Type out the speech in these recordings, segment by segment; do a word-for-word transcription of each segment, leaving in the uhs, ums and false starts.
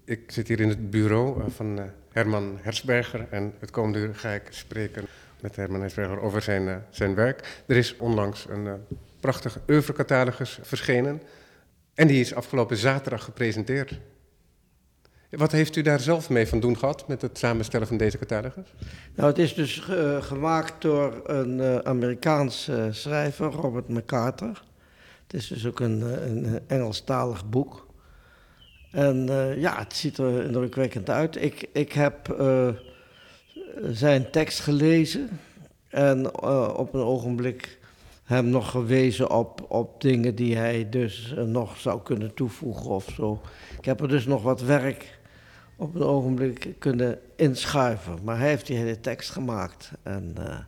Ik zit hier in het bureau van uh, Herman Hertzberger en het komende uur ga ik spreken met Herman Hertzberger over zijn, uh, zijn werk. Er is onlangs een uh, prachtige oeuvrecatalogus verschenen en die is afgelopen zaterdag gepresenteerd. Wat heeft u daar zelf mee van doen gehad met het samenstellen van deze catalogus? Nou, het is dus uh, gemaakt door een uh, Amerikaans uh, schrijver, Robert McCarter. Het is dus ook een, een Engelstalig boek. En uh, ja, het ziet er indrukwekkend uit. Ik, ik heb uh, zijn tekst gelezen en uh, op een ogenblik hem nog gewezen op, op dingen die hij dus uh, nog zou kunnen toevoegen of zo. Ik heb er dus nog wat werk op een ogenblik kunnen inschuiven. Maar hij heeft die hele tekst gemaakt. En uh,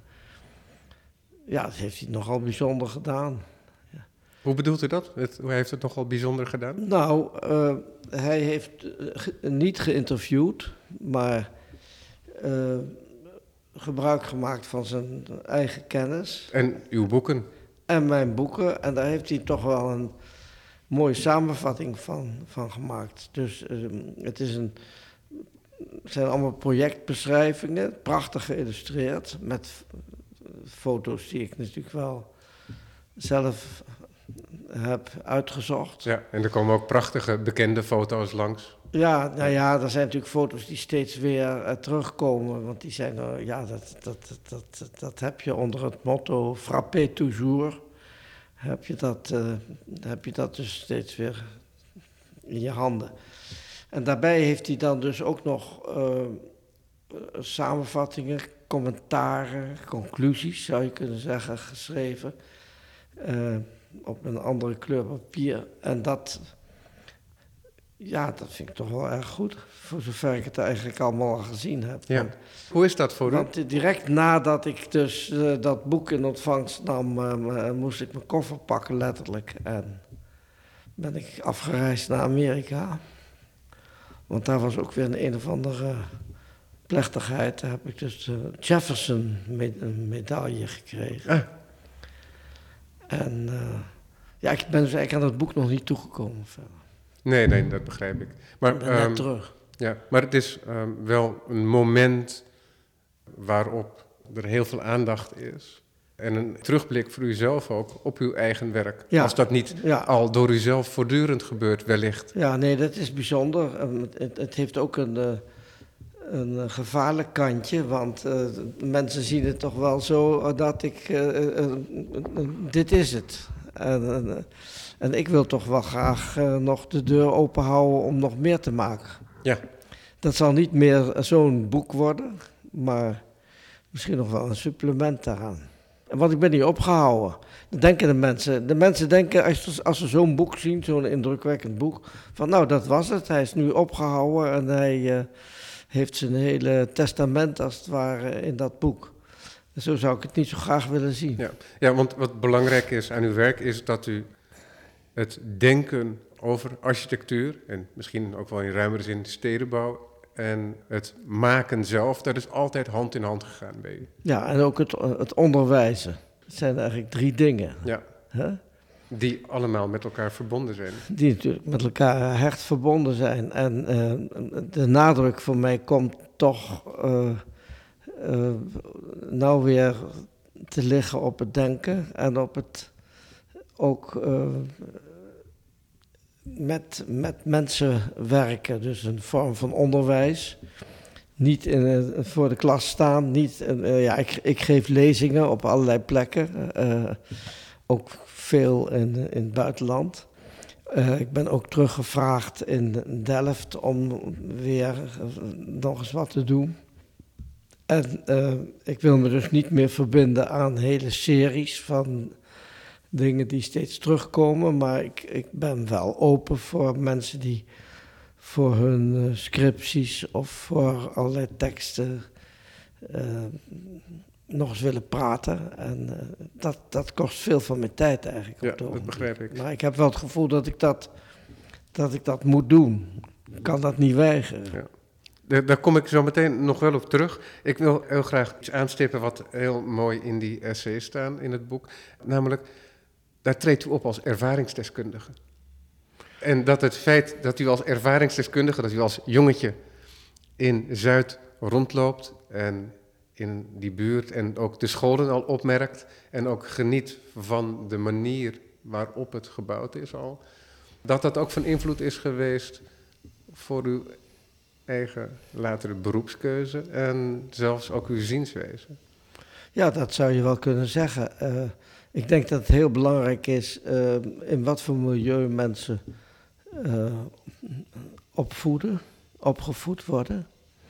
ja, dat heeft hij nogal bijzonder gedaan. Ja. Hoe bedoelt u dat? Het, hoe heeft het nogal bijzonder gedaan? Nou, uh, hij heeft uh, ge- niet geïnterviewd, maar uh, gebruik gemaakt van zijn eigen kennis. En uw boeken? En mijn boeken. En daar heeft hij toch wel een mooie samenvatting van, van gemaakt. Dus uh, het is een, het zijn allemaal projectbeschrijvingen, prachtig geïllustreerd, met f- foto's die ik natuurlijk wel zelf heb uitgezocht. Ja, en er komen ook prachtige bekende foto's langs. Ja, nou ja, er zijn natuurlijk foto's die steeds weer uh, terugkomen, want die zijn er, ja, dat, dat, dat, dat, dat heb je onder het motto frappez toujours, heb je dat, uh, heb je dat dus steeds weer in je handen. En daarbij heeft hij dan dus ook nog uh, samenvattingen, commentaren, conclusies, zou je kunnen zeggen, geschreven uh, op een andere kleur papier. En dat, ja, dat vind ik toch wel erg goed, voor zover ik het eigenlijk allemaal al gezien heb. Ja. Want, Hoe is dat voor u? want direct nadat ik dus uh, dat boek in ontvangst nam, uh, moest ik mijn koffer pakken, letterlijk. En ben ik afgereisd naar Amerika. Want daar was ook weer een een of andere plechtigheid. Daar heb ik dus de Jefferson-medaille gekregen. Ah. En uh, ja, ik ben dus eigenlijk aan dat boek nog niet toegekomen verder. Nee, nee, dat begrijp ik. Maar, Ik ben net um, terug. Ja, maar het is um, wel een moment waarop er heel veel aandacht is. En een terugblik voor uzelf ook op uw eigen werk. Ja. Als dat niet Ja. al door uzelf voortdurend gebeurt, wellicht. Ja, nee, dat is bijzonder. Um, het, het heeft ook een, uh, een gevaarlijk kantje, want uh, mensen zien het toch wel zo dat ik... Uh, uh, uh, uh, dit is het. En, uh, en ik wil toch wel graag uh, nog de deur open houden om nog meer te maken. Ja. Dat zal niet meer zo'n boek worden, maar misschien nog wel een supplement daaraan. Want ik ben niet opgehouden. Dat denken de mensen. De mensen denken, als, als ze zo'n boek zien, zo'n indrukwekkend boek, van nou, dat was het. Hij is nu opgehouden en hij uh, heeft zijn hele testament, als het ware, in dat boek. Dus zo zou ik het niet zo graag willen zien. Ja. Ja, want wat belangrijk is aan uw werk is dat u het denken over architectuur en misschien ook wel in ruimere zin stedenbouw en het maken zelf, dat is altijd hand in hand gegaan bij u. Ja, en ook het, het onderwijzen. Het zijn eigenlijk drie dingen. Ja. Huh? Die allemaal met elkaar verbonden zijn. Die natuurlijk met elkaar hecht verbonden zijn. En uh, de nadruk voor mij komt toch uh, uh, nou weer te liggen op het denken en op het ook uh, met, met mensen werken. Dus een vorm van onderwijs. Niet in, uh, voor de klas staan. Niet, uh, ja, ik, ik geef lezingen op allerlei plekken. Uh, ook veel in, in het buitenland. Uh, ik ben ook teruggevraagd in Delft om weer nog eens wat te doen. En uh, ik wil me dus niet meer verbinden aan hele series van dingen die steeds terugkomen. Maar ik, ik ben wel open voor mensen die voor hun uh, scripties of voor allerlei teksten uh, nog eens willen praten. En uh, dat, dat kost veel van mijn tijd eigenlijk. Ja, dat begrijp ik. Maar ik heb wel het gevoel dat ik dat, dat, ik dat moet doen. Ik kan dat niet weigeren. Ja. Daar, daar kom ik zo meteen nog wel op terug. Ik wil heel graag iets aanstippen wat heel mooi in die essays staan in het boek. Namelijk, daar treedt u op als ervaringsdeskundige. En dat het feit dat u als ervaringsdeskundige, dat u als jongetje in Zuid rondloopt en in die buurt en ook de scholen al opmerkt en ook geniet van de manier waarop het gebouwd is al, dat dat ook van invloed is geweest voor uw eigen latere beroepskeuze en zelfs ook uw zienswijze. Ja, dat zou je wel kunnen zeggen. Uh, ik denk dat het heel belangrijk is uh, in wat voor milieu mensen uh, opvoeden, opgevoed worden.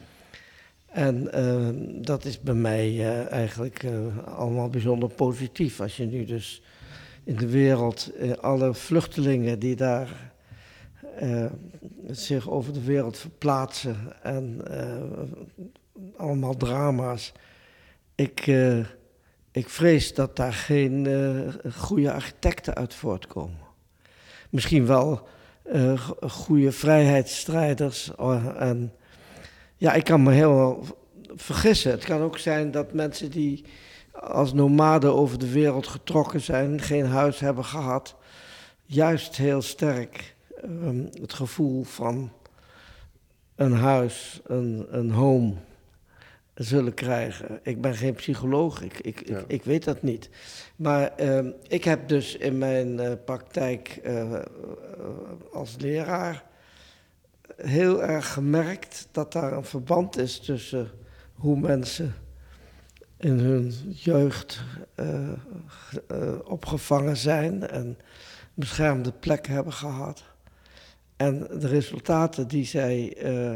En uh, dat is bij mij uh, eigenlijk uh, allemaal bijzonder positief. Als je nu dus in de wereld, uh, alle vluchtelingen die daar uh, zich over de wereld verplaatsen en uh, allemaal drama's. Ik, uh, ik vrees dat daar geen uh, goede architecten uit voortkomen. Misschien wel uh, goede vrijheidsstrijders. Uh, en ja, ik kan me heel vergissen. Het kan ook zijn dat mensen die als nomaden over de wereld getrokken zijn, geen huis hebben gehad, juist heel sterk um, het gevoel van een huis, een, een home zullen krijgen. Ik ben geen psycholoog, ik, ik, ja. ik, ik weet dat niet. Maar uh, ik heb dus in mijn uh, praktijk uh, uh, als leraar heel erg gemerkt dat daar een verband is tussen hoe mensen in hun jeugd uh, uh, opgevangen zijn en beschermde plek hebben gehad. En de resultaten die zij uh,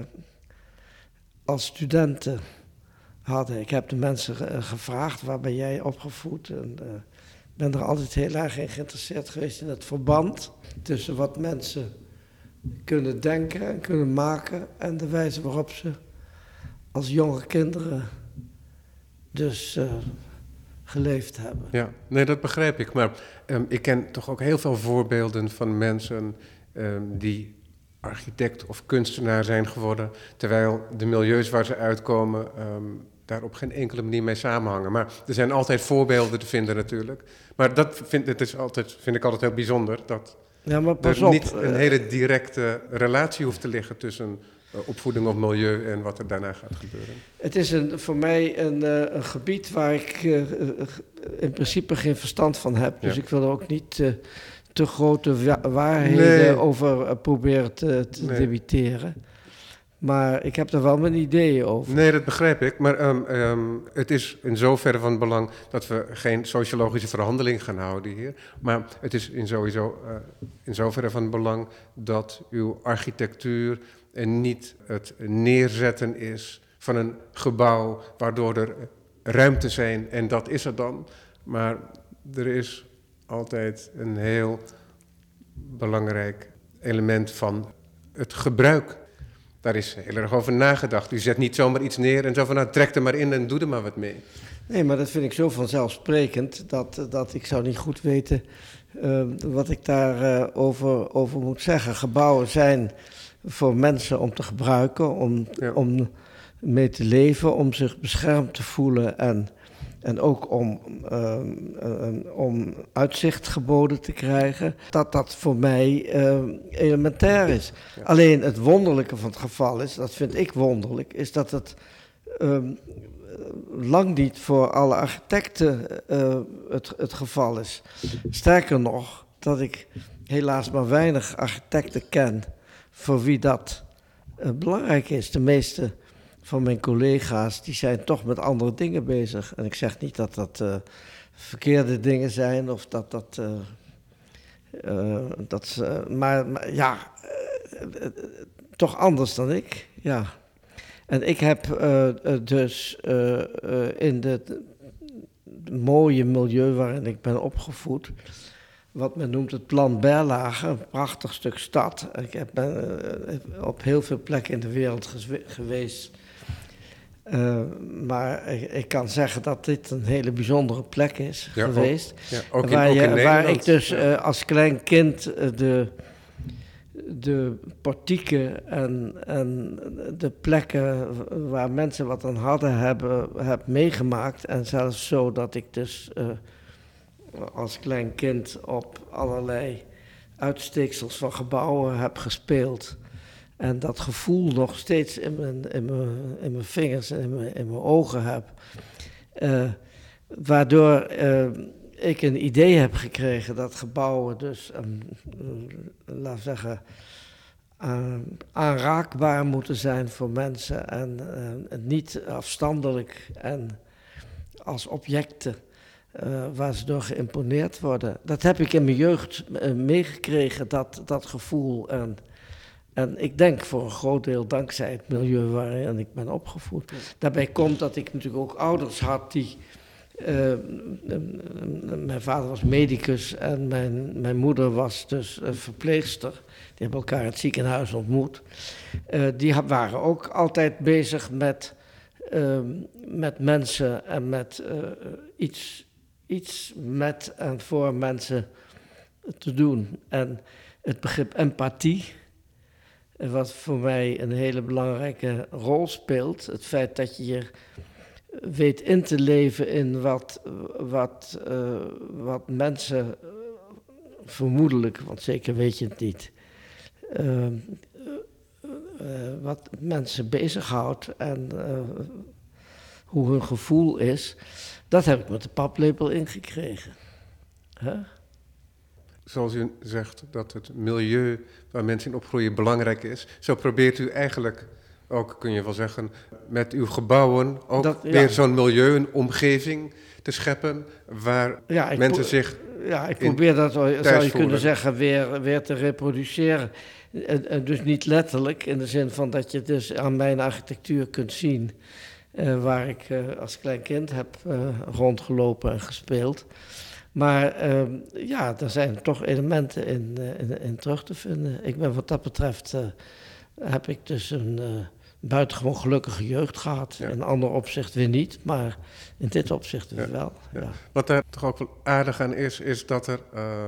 als studenten hadden. Ik heb de mensen ge- gevraagd, waar ben jij opgevoed? En uh, ben er altijd heel erg in geïnteresseerd geweest in het verband tussen wat mensen kunnen denken en kunnen maken en de wijze waarop ze als jonge kinderen dus uh, geleefd hebben. Ja, nee, dat begrijp ik. Maar um, ik ken toch ook heel veel voorbeelden van mensen um, die architect of kunstenaar zijn geworden, terwijl de milieus waar ze uitkomen um, daar op geen enkele manier mee samenhangen. Maar er zijn altijd voorbeelden te vinden natuurlijk. Maar dat vind, het is altijd, vind ik altijd heel bijzonder, dat ja, maar pas er op, niet een uh, hele directe relatie hoeft te liggen tussen uh, opvoeding of milieu en wat er daarna gaat gebeuren. Het is een, voor mij een, uh, een gebied waar ik uh, in principe geen verstand van heb. Dus ja. Ik wil er ook niet uh, te grote wa- waarheden nee. over uh, proberen te, te nee. debiteren. Maar ik heb er wel mijn ideeën over. Nee, dat begrijp ik. Maar um, um, het is in zoverre van belang dat we geen sociologische verhandeling gaan houden hier. Maar het is in, sowieso, uh, in zoverre van belang dat uw architectuur en niet het neerzetten is van een gebouw waardoor er ruimte zijn en dat is er dan. Maar er is altijd een heel belangrijk element van het gebruik. Daar is heel erg over nagedacht. U zet niet zomaar iets neer en zo van nou trek er maar in en doe er maar wat mee. Nee, maar dat vind ik zo vanzelfsprekend dat, dat ik zou niet goed weten uh, wat ik daarover uh, over, over moet zeggen. Gebouwen zijn voor mensen om te gebruiken, om, ja. om mee te leven, om zich beschermd te voelen en, en ook om, uh, uh, om uitzicht geboden te krijgen. Dat dat voor mij uh, elementair is. Ja. Alleen het wonderlijke van het geval is, dat vind ik wonderlijk, is dat het uh, lang niet voor alle architecten uh, het, het geval is. Sterker nog, dat ik helaas maar weinig architecten ken voor wie dat uh, belangrijk is. De meeste van mijn collega's die zijn toch met andere dingen bezig. En ik zeg niet dat dat uh, verkeerde dingen zijn of dat dat... Uh, uh, dat uh, maar, maar ja, uh, uh, toch anders dan ik, ja. En ik heb uh, dus uh, uh, in het mooie milieu waarin ik ben opgevoed, wat men noemt het Plan Berlage, een prachtig stuk stad. Ik heb ben uh, op heel veel plekken in de wereld gezwe- geweest. Uh, maar ik, ik kan zeggen dat dit een hele bijzondere plek is ja, geweest. Ook, ja, ook in, waar, je, ook in waar ik dus ja. uh, als klein kind uh, de, de portieken en, en de plekken waar mensen wat aan hadden hebben, heb meegemaakt. En zelfs zo dat ik dus uh, als klein kind op allerlei uitsteeksels van gebouwen heb gespeeld. En dat gevoel nog steeds in mijn, in mijn, in mijn vingers en in mijn, in mijn ogen heb. Uh, waardoor uh, ik een idee heb gekregen dat gebouwen dus, um, uh, laten we zeggen, uh, aanraakbaar moeten zijn voor mensen. En uh, niet afstandelijk en als objecten uh, waar ze door geïmponeerd worden. Dat heb ik in mijn jeugd uh, meegekregen, dat, dat gevoel. En, en ik denk voor een groot deel dankzij het milieu waarin ik ben opgevoed. Daarbij komt dat ik natuurlijk ook ouders had die... Uh, mijn vader was medicus en mijn, mijn moeder was dus uh, verpleegster. Die hebben elkaar in het ziekenhuis ontmoet. Uh, die waren ook altijd bezig met, uh, met mensen en met uh, iets, iets met en voor mensen te doen. En het begrip empathie, wat voor mij een hele belangrijke rol speelt. Het feit dat je je weet in te leven in wat, wat, uh, wat mensen uh, vermoedelijk, want zeker weet je het niet, uh, uh, uh, wat mensen bezighoudt en uh, hoe hun gevoel is, dat heb ik met de paplepel ingekregen. Huh? Zoals u zegt dat het milieu waar mensen in opgroeien belangrijk is, zo probeert u eigenlijk ook, kun je wel zeggen, met uw gebouwen ook dat, ja. weer zo'n milieu, een omgeving te scheppen waar ja, mensen pro- zich Ja, ik probeer dat, zou je voelen. kunnen zeggen, weer, weer te reproduceren. En, en dus niet letterlijk, in de zin van dat je dus aan mijn architectuur kunt zien, uh, waar ik uh, als klein kind heb uh, rondgelopen en gespeeld. Maar uh, ja, er zijn toch elementen in, uh, in, in terug te vinden. Ik ben wat dat betreft, uh, heb ik dus een uh, buitengewoon gelukkige jeugd gehad. Ja. In ander opzicht weer niet, maar in dit opzicht weer ja. wel. Ja. Ja. Wat daar toch ook wel aardig aan is, is dat er... Uh,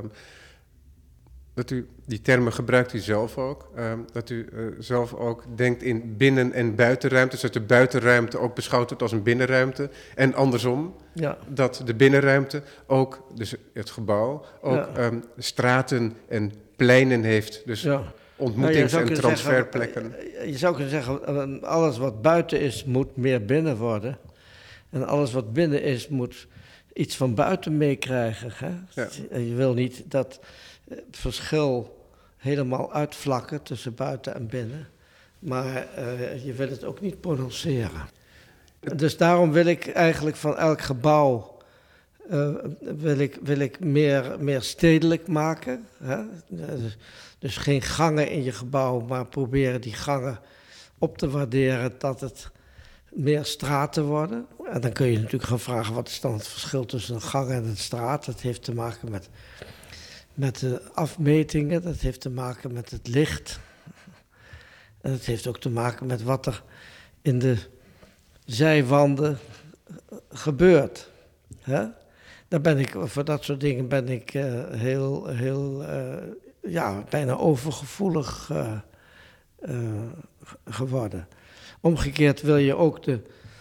dat u, die termen gebruikt u zelf ook, uh, dat u uh, zelf ook denkt in binnen- en buitenruimtes, dat de buitenruimte ook beschouwd wordt als een binnenruimte en andersom, ja. dat de binnenruimte ook, dus het gebouw, ook ja. um, straten en pleinen heeft, dus ja. ontmoetings- nou, en transferplekken. Zeggen, je zou kunnen zeggen, alles wat buiten is, moet meer binnen worden en alles wat binnen is, moet iets van buiten meekrijgen. Hè? Ja. Je wil niet dat het verschil helemaal uitvlakken tussen buiten en binnen. Maar uh, je wil het ook niet prononceren. Dus daarom wil ik eigenlijk van elk gebouw uh, wil ik, wil ik meer, meer stedelijk maken. Hè? Dus, dus geen gangen in je gebouw, maar proberen die gangen op te waarderen dat het meer straten worden. En dan kun je natuurlijk gaan vragen, wat is dan het verschil tussen een gang en een straat? Dat heeft te maken met... met de afmetingen, dat heeft te maken met het licht. En het heeft ook te maken met wat er in de zijwanden gebeurt. Hè? Daar ben ik, voor dat soort dingen ben ik uh, heel, heel, uh, ja, bijna overgevoelig uh, uh, geworden. Omgekeerd wil je ook de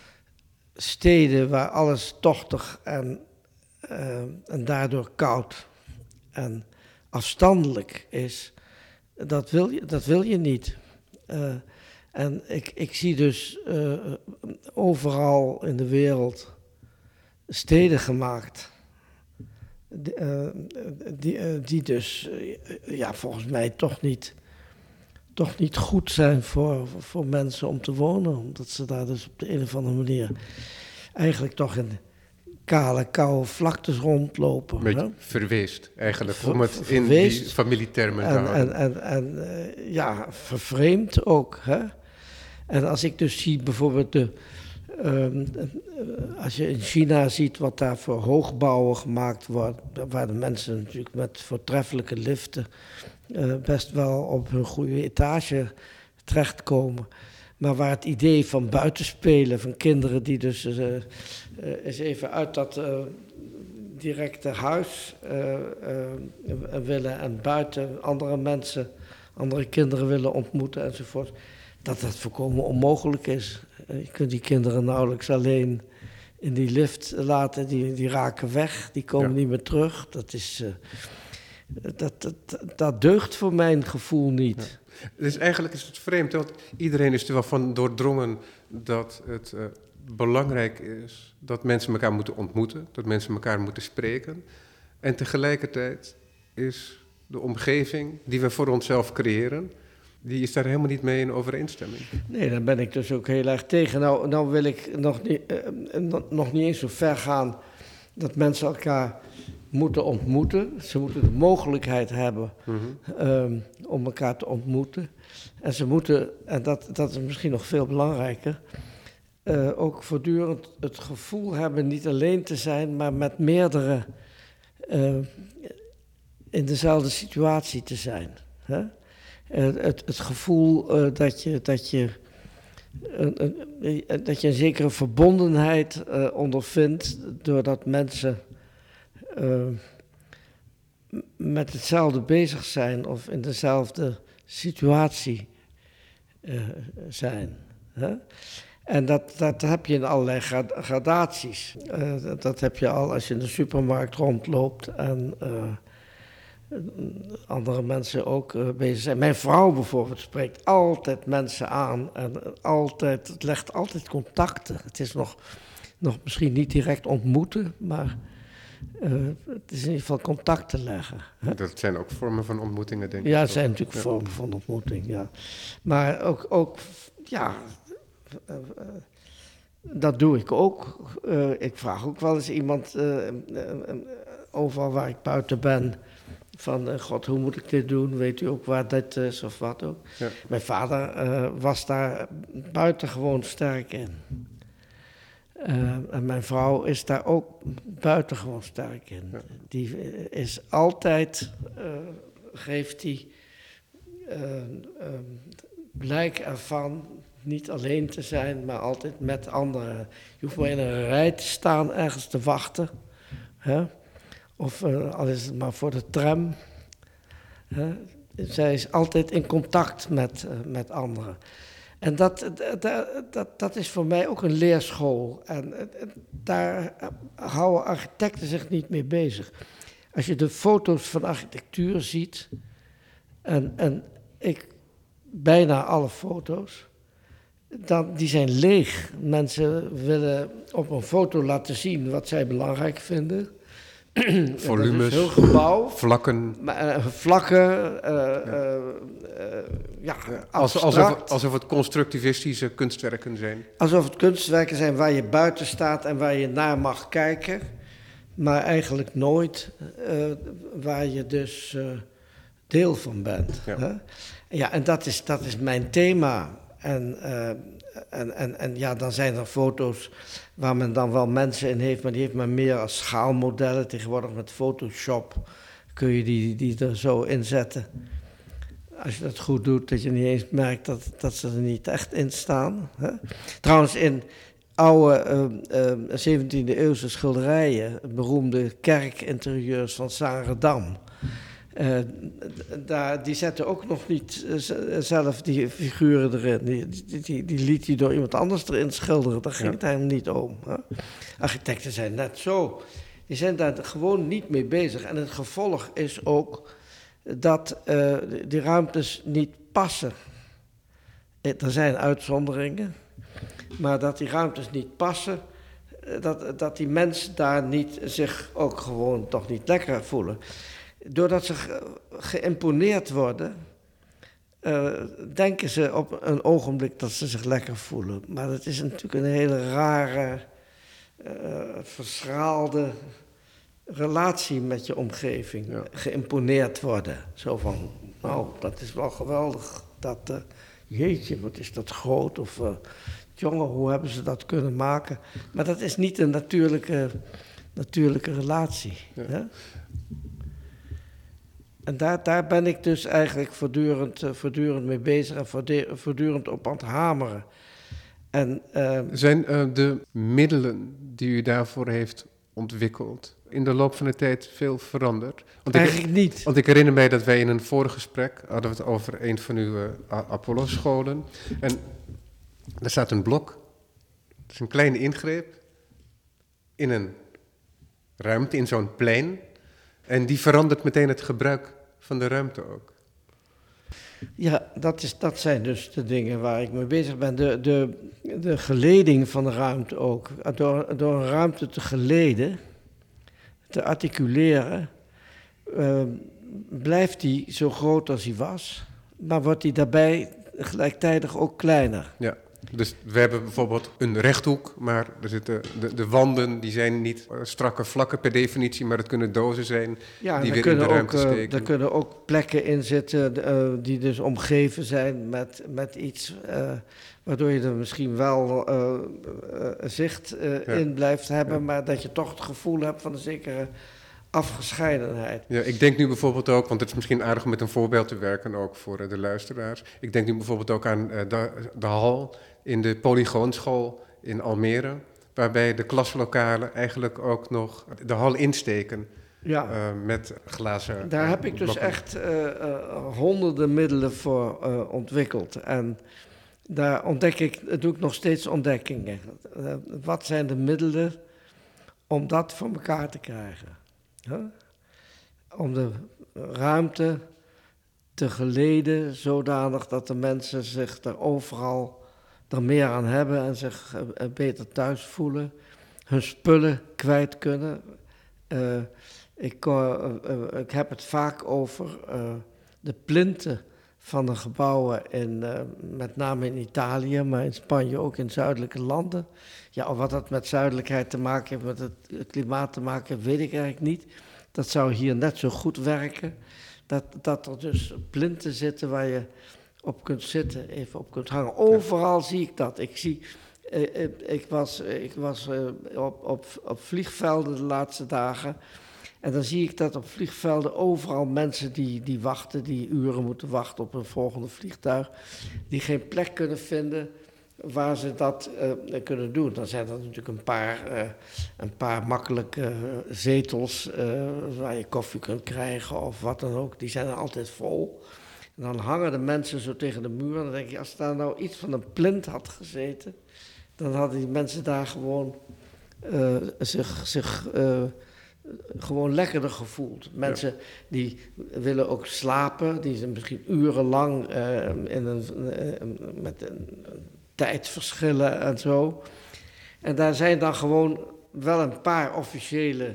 steden waar alles tochtig en, uh, en daardoor koud en afstandelijk is, dat wil je, dat wil je niet. Uh, en ik, ik zie dus uh, overal in de wereld steden gemaakt, die, uh, die, uh, die dus uh, ja, volgens mij toch niet, toch niet goed zijn voor, voor mensen om te wonen, omdat ze daar dus op de een of andere manier eigenlijk toch in kale, koude vlaktes rondlopen. Een beetje hè? verweest eigenlijk, Ver, om het in die familietermen te houden. En, en, en uh, ja, vervreemd ook. Hè? En als ik dus zie bijvoorbeeld, de, um, uh, als je in China ziet wat daar voor hoogbouwen gemaakt wordt, waar de mensen natuurlijk met voortreffelijke liften uh, best wel op hun goede etage terechtkomen. Maar waar het idee van buitenspelen, van kinderen die dus uh, uh, eens even uit dat uh, directe huis uh, uh, willen en buiten andere mensen, andere kinderen willen ontmoeten enzovoort, dat dat volkomen onmogelijk is. Uh, je kunt die kinderen nauwelijks alleen in die lift laten, die, die raken weg, die komen ja. niet meer terug. Dat is, uh, dat, dat, dat deugt voor mijn gevoel niet. Ja. Dus eigenlijk is het vreemd, want iedereen is er wel van doordrongen dat het uh, belangrijk is dat mensen elkaar moeten ontmoeten, dat mensen elkaar moeten spreken. En tegelijkertijd is de omgeving die we voor onszelf creëren, die is daar helemaal niet mee in overeenstemming. Nee, daar ben ik dus ook heel erg tegen. Nou, nou wil ik nog niet, uh, nog niet eens zo ver gaan dat mensen elkaar moeten ontmoeten. Ze moeten de mogelijkheid hebben mm-hmm. um, om elkaar te ontmoeten. En ze moeten, en dat, dat is misschien nog veel belangrijker, uh, ook voortdurend het gevoel hebben niet alleen te zijn, maar met meerdere uh, in dezelfde situatie te zijn. Hè? Uh, het, het gevoel uh, dat je, dat je uh, uh, dat je een zekere verbondenheid uh, ondervindt doordat mensen uh, met hetzelfde bezig zijn of in dezelfde situatie uh, zijn. Hè? En dat, dat heb je in allerlei gradaties. Uh, dat, dat heb je al als je in de supermarkt rondloopt en uh, andere mensen ook uh, bezig zijn. Mijn vrouw bijvoorbeeld spreekt altijd mensen aan en altijd, het legt altijd contacten. Het is nog, nog misschien niet direct ontmoeten, maar uh, het is in ieder geval contacten leggen. Hè? Dat zijn ook vormen van ontmoetingen, denk ik. Ja, het zijn natuurlijk ja. vormen van ontmoeting, ja. Maar ook, ook ja, uh, uh, dat doe ik ook. Uh, ik vraag ook wel eens iemand, uh, uh, uh, overal waar ik buiten ben, van, uh, god, hoe moet ik dit doen? Weet u ook waar dit is of wat ook? Ja. Mijn vader uh, was daar buitengewoon sterk in. Uh, en mijn vrouw is daar ook buitengewoon sterk in. Ja. Die is altijd, uh, geeft die uh, uh, blijk ervan niet alleen te zijn, maar altijd met anderen. Je hoeft maar in een rij te staan, ergens te wachten. Hè? Of uh, al is het maar voor de tram. Hè? Zij is altijd in contact met, uh, met anderen. En dat, dat, dat, dat is voor mij ook een leerschool. En uh, daar houden architecten zich niet mee bezig. Als je de foto's van architectuur ziet, en, en ik bijna alle foto's, dan, die zijn leeg. Mensen willen op een foto laten zien wat zij belangrijk vinden. Volumes, heel gebouw, vlakken. Maar, uh, vlakken, uh, ja. Uh, uh, ja, Als, alsof, alsof het constructivistische kunstwerken zijn. Alsof het kunstwerken zijn waar je buiten staat en waar je naar mag kijken. Maar eigenlijk nooit uh, waar je dus uh, deel van bent. Ja, hè? Ja, en dat is, dat is mijn thema. En, uh, en, en, en ja, dan zijn er foto's waar men dan wel mensen in heeft, maar die heeft men meer als schaalmodellen. Tegenwoordig met Photoshop kun je die, die er zo inzetten. Als je dat goed doet, dat je niet eens merkt dat, dat ze er niet echt in staan. Hè? Trouwens, in oude uh, uh, zeventiende eeuwse schilderijen, beroemde kerkinterieurs van Saint-Redam, Uh, daar, die zetten ook nog niet uh, zelf die figuren erin. Die, die, die, die liet hij door iemand anders erin schilderen. Daar ging ja. het hem niet om. Hè? Architecten zijn net zo. Die zijn daar gewoon niet mee bezig. En het gevolg is ook dat uh, die ruimtes niet passen. Er zijn uitzonderingen. Maar dat die ruimtes niet passen, dat, dat die mensen daar niet, zich ook gewoon toch niet lekker voelen. Doordat ze ge- geïmponeerd worden, uh, denken ze op een ogenblik dat ze zich lekker voelen. Maar dat is natuurlijk een hele rare, uh, verschraalde relatie met je omgeving. Ja. Geïmponeerd worden. Zo van, nou, dat is wel geweldig. Dat, uh, jeetje, wat is dat groot. Of, uh, jongen, hoe hebben ze dat kunnen maken? Maar dat is niet een natuurlijke, natuurlijke relatie. Ja. Hè? En daar, daar ben ik dus eigenlijk voortdurend, uh, voortdurend mee bezig en voortdurend op aan het hameren. En, uh, Zijn uh, de middelen die u daarvoor heeft ontwikkeld in de loop van de tijd veel veranderd? Want eigenlijk ik, niet. Want ik herinner mij dat wij in een vorig gesprek hadden we het over een van uw uh, Apollo-scholen. En daar staat een blok, dat is een kleine ingreep, in een ruimte, in zo'n plein. En die verandert meteen het gebruik van de ruimte ook. Ja, dat, is, dat zijn dus de dingen waar ik mee bezig ben. De, de, de geleding van de ruimte ook. Door, door een ruimte te geleden, te articuleren, uh, blijft die zo groot als hij was, maar wordt hij daarbij gelijktijdig ook kleiner. Ja, dus we hebben bijvoorbeeld een rechthoek, maar er zitten de, de wanden die zijn niet strakke vlakken per definitie, maar het kunnen dozen zijn ja, die weer in de ruimte ook, steken. Uh, er kunnen ook plekken in zitten uh, die dus omgeven zijn met, met iets, uh, waardoor je er misschien wel uh, uh, zicht uh, ja. in blijft hebben, ja. maar dat je toch het gevoel hebt van een zekere afgescheidenheid. Ja, ik denk nu bijvoorbeeld ook, want het is misschien aardig om met een voorbeeld te werken ook voor uh, de luisteraars. Ik denk nu bijvoorbeeld ook aan uh, de, de hal in de Polygoonschool in Almere, waarbij de klaslokalen eigenlijk ook nog de hal insteken. Ja. Uh, met glazen. Daar uh, heb ik dus blokken. echt uh, uh, honderden middelen voor uh, ontwikkeld. En daar ontdek ik, doe ik nog steeds ontdekkingen. Uh, wat zijn de middelen om dat voor elkaar te krijgen? Huh? Om de ruimte te geleden zodanig dat de mensen zich er overal er meer aan hebben en zich uh, beter thuis voelen, hun spullen kwijt kunnen. Uh, ik, uh, uh, ik heb het vaak over uh, de plinten van de gebouwen, in, uh, met name in Italië, maar in Spanje ook in zuidelijke landen. Ja, of wat dat met zuidelijkheid te maken heeft, met het klimaat te maken heeft, weet ik eigenlijk niet. Dat zou hier net zo goed werken. Dat, dat er dus plinten zitten waar je op kunt zitten, even op kunt hangen. Overal zie ik dat. Ik, zie, uh, ik was, ik was uh, op, op, op vliegvelden de laatste dagen. En dan zie ik dat op vliegvelden overal mensen die, die wachten, die uren moeten wachten op een volgende vliegtuig, die geen plek kunnen vinden waar ze dat uh, kunnen doen. Dan zijn er natuurlijk een paar, uh, een paar makkelijke uh, zetels uh, waar je koffie kunt krijgen of wat dan ook. Die zijn er altijd vol. En dan hangen de mensen zo tegen de muur. En dan denk je, als daar nou iets van een plint had gezeten, dan hadden die mensen daar gewoon uh, zich... zich uh, gewoon lekkerder gevoeld. Mensen ja. die willen ook slapen, die zijn misschien urenlang uh, in een, uh, met een, een tijdverschillen en zo. En daar zijn dan gewoon wel een paar officiële,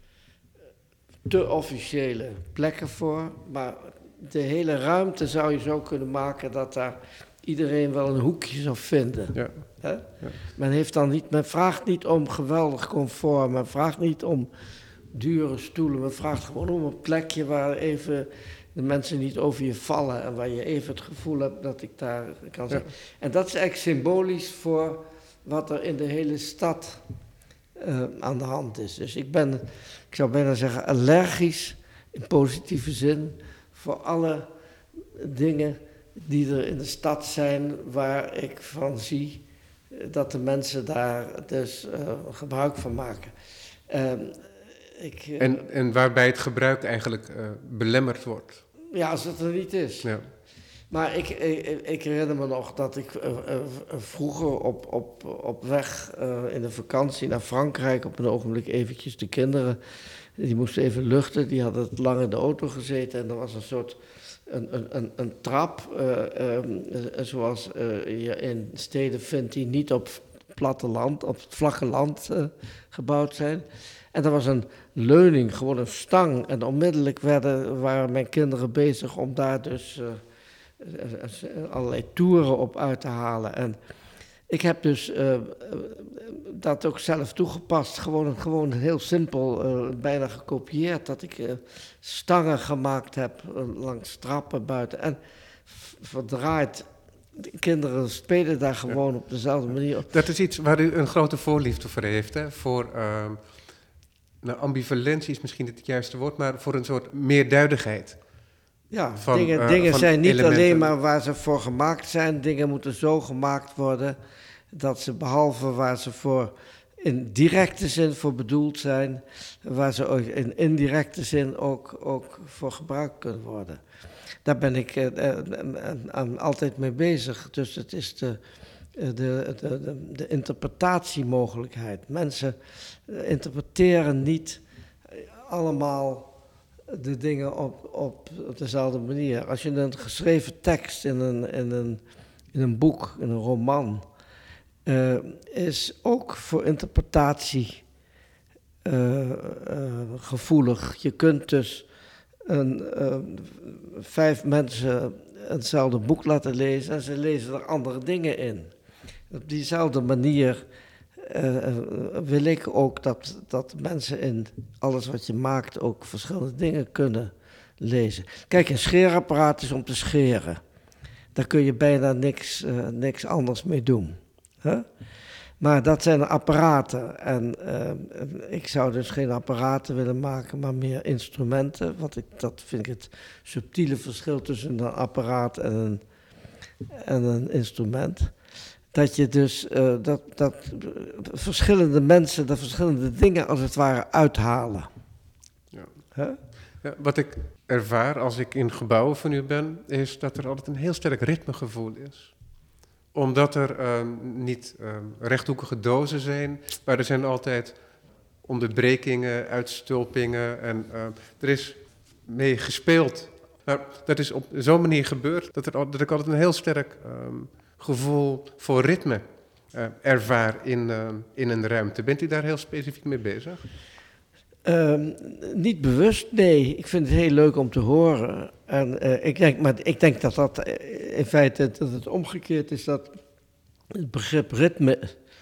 te officiële plekken voor, maar de hele ruimte zou je zo kunnen maken dat daar iedereen wel een hoekje zou vinden. Ja. Hè? Ja. Men heeft dan niet, men vraagt niet om geweldig comfort, men vraagt niet om dure stoelen. Men vraagt gewoon om een plekje waar even de mensen niet over je vallen en waar je even het gevoel hebt dat ik daar kan zijn. Ja. En dat is eigenlijk symbolisch voor wat er in de hele stad uh, aan de hand is. Dus ik ben, ik zou bijna zeggen, allergisch in positieve zin voor alle dingen die er in de stad zijn waar ik van zie dat de mensen daar dus uh, gebruik van maken. Uh, Ik, uh, en, en waarbij het gebruik eigenlijk uh, belemmerd wordt. Ja, als het er niet is. Ja. Maar ik, ik, ik herinner me nog dat ik uh, uh, vroeger op, op, op weg uh, in de vakantie naar Frankrijk, op een ogenblik eventjes de kinderen, die moesten even luchten, die hadden lang in de auto gezeten en er was een soort een, een, een trap, uh, um, zoals uh, je in steden vindt die niet op platteland, op het vlakke land uh, gebouwd zijn. En er was een leuning, gewoon een stang. En onmiddellijk werden, waren mijn kinderen bezig om daar dus uh, uh, allerlei toeren op uit te halen. En ik heb dus uh, dat ook zelf toegepast. Gewoon, gewoon heel simpel, uh, bijna gekopieerd. Dat ik uh, stangen gemaakt heb uh, langs trappen buiten. En verdraaid. De kinderen spelen daar gewoon ja. op dezelfde manier. Dat is iets waar u een grote voorliefde voor heeft, hè? Voor... Uh... Nou, ambivalentie is misschien niet het juiste woord, maar voor een soort meerduidigheid. Ja, van, dingen, uh, dingen van zijn niet elementen. Alleen maar waar ze voor gemaakt zijn. Dingen moeten zo gemaakt worden dat ze behalve waar ze voor in directe zin voor bedoeld zijn, waar ze ook in indirecte zin ook, ook voor gebruikt kunnen worden. Daar ben ik uh, uh, uh, altijd mee bezig. Dus het is de... De, de, de, de interpretatiemogelijkheid. Mensen interpreteren niet allemaal de dingen op, op, op dezelfde manier. Als je een geschreven tekst in een, in een, in een boek, in een roman, uh, is ook voor interpretatie uh, uh, gevoelig. Je kunt dus een, uh, vijf mensen hetzelfde boek laten lezen en ze lezen er andere dingen in. Op diezelfde manier uh, wil ik ook dat, dat mensen in alles wat je maakt ook verschillende dingen kunnen lezen. Kijk, een scheerapparaat is om te scheren. Daar kun je bijna niks, uh, niks anders mee doen. Huh? Maar dat zijn apparaten. En uh, ik zou dus geen apparaten willen maken, maar meer instrumenten. Want ik, dat vind ik het subtiele verschil tussen een apparaat en een, en een instrument. Dat je dus uh, dat, dat verschillende mensen de verschillende dingen als het ware uithalen. Ja. Huh? Ja, wat ik ervaar als ik in gebouwen van u ben, is dat er altijd een heel sterk ritmegevoel is. Omdat er uh, niet uh, rechthoekige dozen zijn, maar er zijn altijd onderbrekingen, uitstulpingen en uh, er is mee gespeeld. Nou, dat is op zo'n manier gebeurd dat, er, dat ik altijd een heel sterk um, gevoel voor ritme uh, ervaar in, uh, in een ruimte. Bent u daar heel specifiek mee bezig? Um, niet bewust, nee. Ik vind het heel leuk om te horen. En uh, ik denk, maar ik denk dat dat in feite dat het omgekeerd is, dat het begrip ritme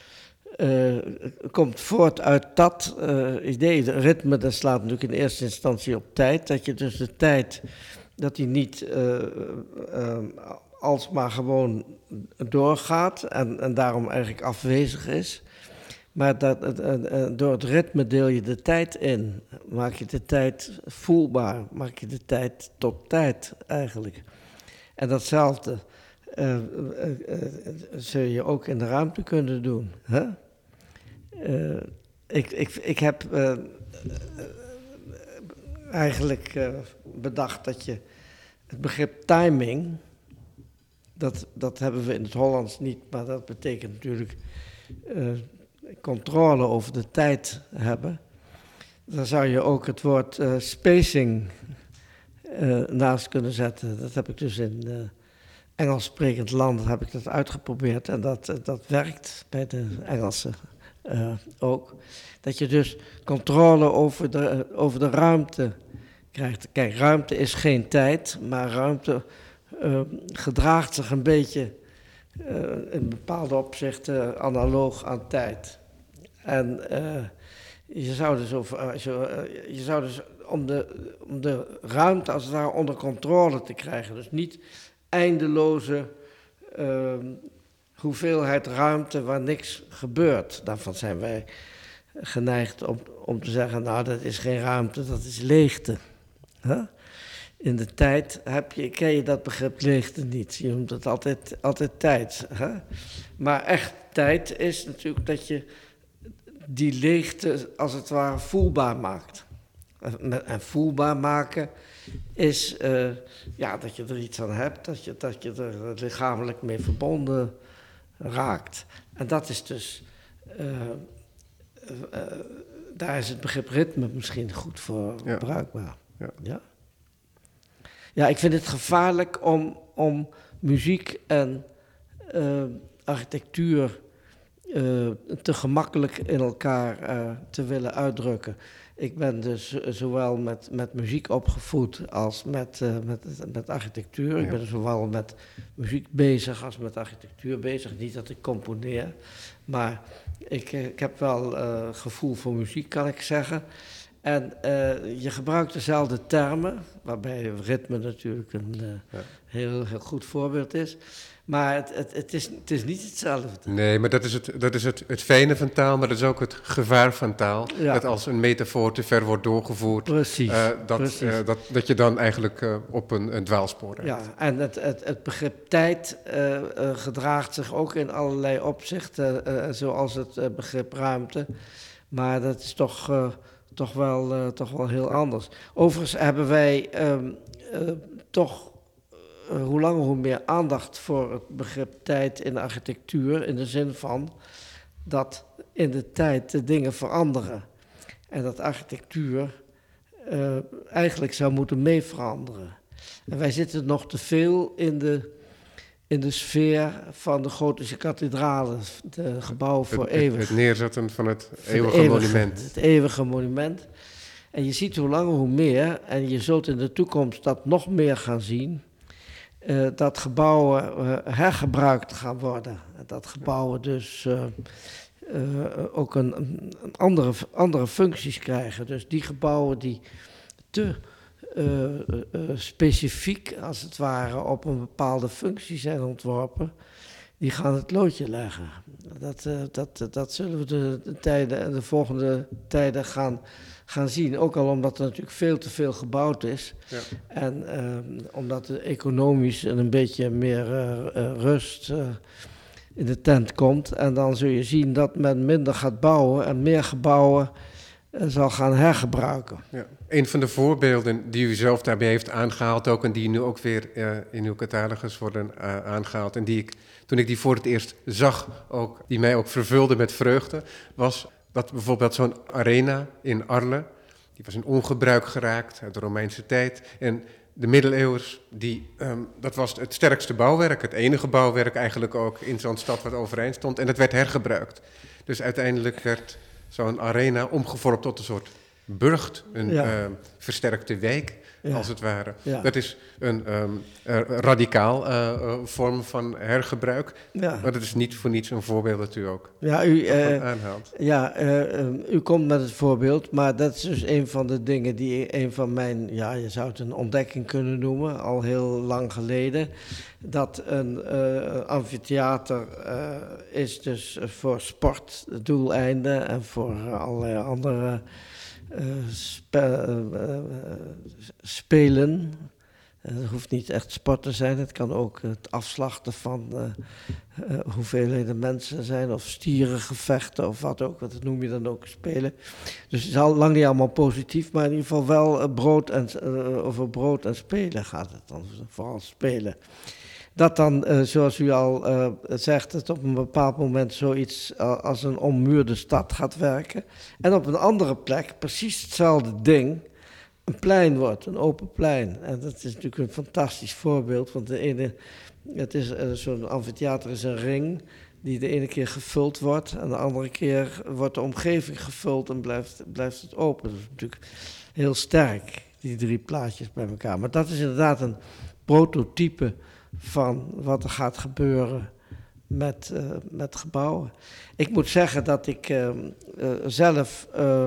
uh, komt voort uit dat uh, idee. De ritme, dat slaat natuurlijk in eerste instantie op tijd. Dat je dus de tijd, dat die niet uh, uh, alsmaar gewoon doorgaat en, en daarom eigenlijk afwezig is. Maar dat, uh, uh, door het ritme deel je de tijd in. Maak je de tijd voelbaar. Maak je de tijd tot tijd eigenlijk. En datzelfde uh, uh, uh, zul je ook in de ruimte kunnen doen. Hè? Uh, ik, ik, ik heb uh, uh, eigenlijk uh, bedacht dat je het begrip timing, dat, dat hebben we in het Hollands niet, maar dat betekent natuurlijk Uh, controle over de tijd hebben. Dan zou je ook het woord uh, spacing uh, naast kunnen zetten. Dat heb ik dus in uh, Engels sprekend land heb ik dat uitgeprobeerd en dat, uh, dat werkt bij de Engelsen uh, ook. Dat je dus controle over de, uh, over de ruimte krijgt. Kijk, ruimte is geen tijd, maar ruimte uh, gedraagt zich een beetje Uh, in bepaalde opzichten analoog aan tijd. En uh, je zou dus, over, uh, je, uh, je zou dus om, de, om de ruimte als het ware onder controle te krijgen, dus niet eindeloze uh, hoeveelheid ruimte waar niks gebeurt. Daarvan zijn wij geneigd om, om te zeggen, nou dat is geen ruimte, dat is leegte. Huh? In de tijd heb je, ken je dat begrip leegte niet. Je noemt het altijd, altijd tijd. Hè? Maar echt tijd is natuurlijk dat je die leegte als het ware voelbaar maakt. En voelbaar maken is uh, ja, dat je er iets aan hebt, dat je, dat je er lichamelijk mee verbonden raakt. En dat is dus, uh, uh, uh, daar is het begrip ritme misschien goed voor ja. bruikbaar. Ja. Ja? Ja, ik vind het gevaarlijk om, om muziek en uh, architectuur uh, te gemakkelijk in elkaar uh, te willen uitdrukken. Ik ben dus zowel met, met muziek opgevoed als met, uh, met, met architectuur. Ja. Ik ben zowel met muziek bezig als met architectuur bezig. Niet dat ik componeer, maar ik, ik heb wel uh, gevoel voor muziek, kan ik zeggen. En uh, je gebruikt dezelfde termen, waarbij ritme natuurlijk een uh, ja. heel, heel goed voorbeeld is. Maar het, het, het, is, het is niet hetzelfde. Nee, maar dat is, het, dat is het, het fijne van taal, maar dat is ook het gevaar van taal. Ja. Dat als een metafoor te ver wordt doorgevoerd, precies, uh, dat, precies. Uh, dat, dat je dan eigenlijk uh, op een, een dwaalspoor rijdt. Ja, en het, het, het begrip tijd uh, uh, gedraagt zich ook in allerlei opzichten, uh, zoals het uh, begrip ruimte. Maar dat is toch... Uh, Toch wel, uh, toch wel heel anders. Overigens hebben wij um, uh, toch uh, hoe langer hoe meer aandacht voor het begrip tijd in de architectuur. In de zin van dat in de tijd de dingen veranderen. En dat architectuur uh, eigenlijk zou moeten mee veranderen. En wij zitten nog te veel in de, in de sfeer van de gotische kathedralen, de gebouwen voor het, eeuwig. Het, het neerzetten van het Van eeuwige, eeuwige monument. Het eeuwige monument. En je ziet hoe langer hoe meer, en je zult in de toekomst dat nog meer gaan zien, uh, dat gebouwen uh, hergebruikt gaan worden. Dat gebouwen dus uh, uh, ook een, een andere, andere functies krijgen. Dus die gebouwen die te uh, uh, specifiek, als het ware, op een bepaalde functie zijn ontworpen, die gaan het loodje leggen. Dat, uh, dat, dat zullen we de, de, tijden, de volgende tijden gaan, gaan zien. Ook al omdat er natuurlijk veel te veel gebouwd is. Ja. En uh, omdat er economisch een beetje meer uh, uh, rust uh, in de tent komt. En dan zul je zien dat men minder gaat bouwen en meer gebouwen uh, zal gaan hergebruiken. Ja. Een van de voorbeelden die u zelf daarbij heeft aangehaald ook, en die nu ook weer uh, in uw catalogus worden uh, aangehaald, en die ik, toen ik die voor het eerst zag, ook, die mij ook vervulde met vreugde, was dat bijvoorbeeld zo'n arena in Arles, die was in ongebruik geraakt uit de Romeinse tijd, en de middeleeuwers, die, um, dat was het sterkste bouwwerk, het enige bouwwerk eigenlijk ook in zo'n stad wat overeind stond, en het werd hergebruikt. Dus uiteindelijk werd zo'n arena omgevormd tot een soort burcht, een ja. uh, versterkte wijk, ja. als het ware. Ja. Dat is een um, uh, radicaal uh, uh, vorm van hergebruik, ja. maar dat is niet voor niets een voorbeeld dat u ook ja, u, uh, aanhaalt. Ja, uh, um, u komt met het voorbeeld, maar dat is dus een van de dingen die een van mijn, ja, je zou het een ontdekking kunnen noemen, al heel lang geleden, dat een uh, amfitheater uh, is dus voor sportdoeleinden en voor uh, allerlei andere Uh, spe, uh, uh, spelen. Uh, het hoeft niet echt sport te zijn, het kan ook het afslachten van uh, uh, hoeveelheden mensen zijn, of stierengevechten of wat ook, wat noem je dan ook, spelen. Dus het is al lang niet allemaal positief, maar in ieder geval wel uh, brood en, uh, over brood en spelen gaat het dan, vooral spelen. Dat dan, uh, zoals u al uh, zegt, het op een bepaald moment zoiets uh, als een ommuurde stad gaat werken. En op een andere plek precies hetzelfde ding, een plein wordt, een open plein. En dat is natuurlijk een fantastisch voorbeeld, want de ene, het is uh, zo'n amfitheater is een ring die de ene keer gevuld wordt en de andere keer wordt de omgeving gevuld en blijft, blijft het open. Dat is natuurlijk heel sterk, die drie plaatjes bij elkaar. Maar dat is inderdaad een prototype van wat er gaat gebeuren met, uh, met gebouwen. Ik moet zeggen dat ik uh, uh, zelf uh,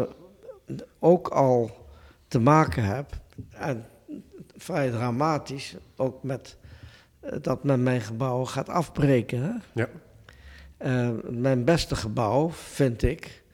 ook al te maken heb, en vrij dramatisch, ook met uh, dat men mijn gebouwen gaat afbreken. Hè? Ja. Uh, mijn beste gebouw, vind ik,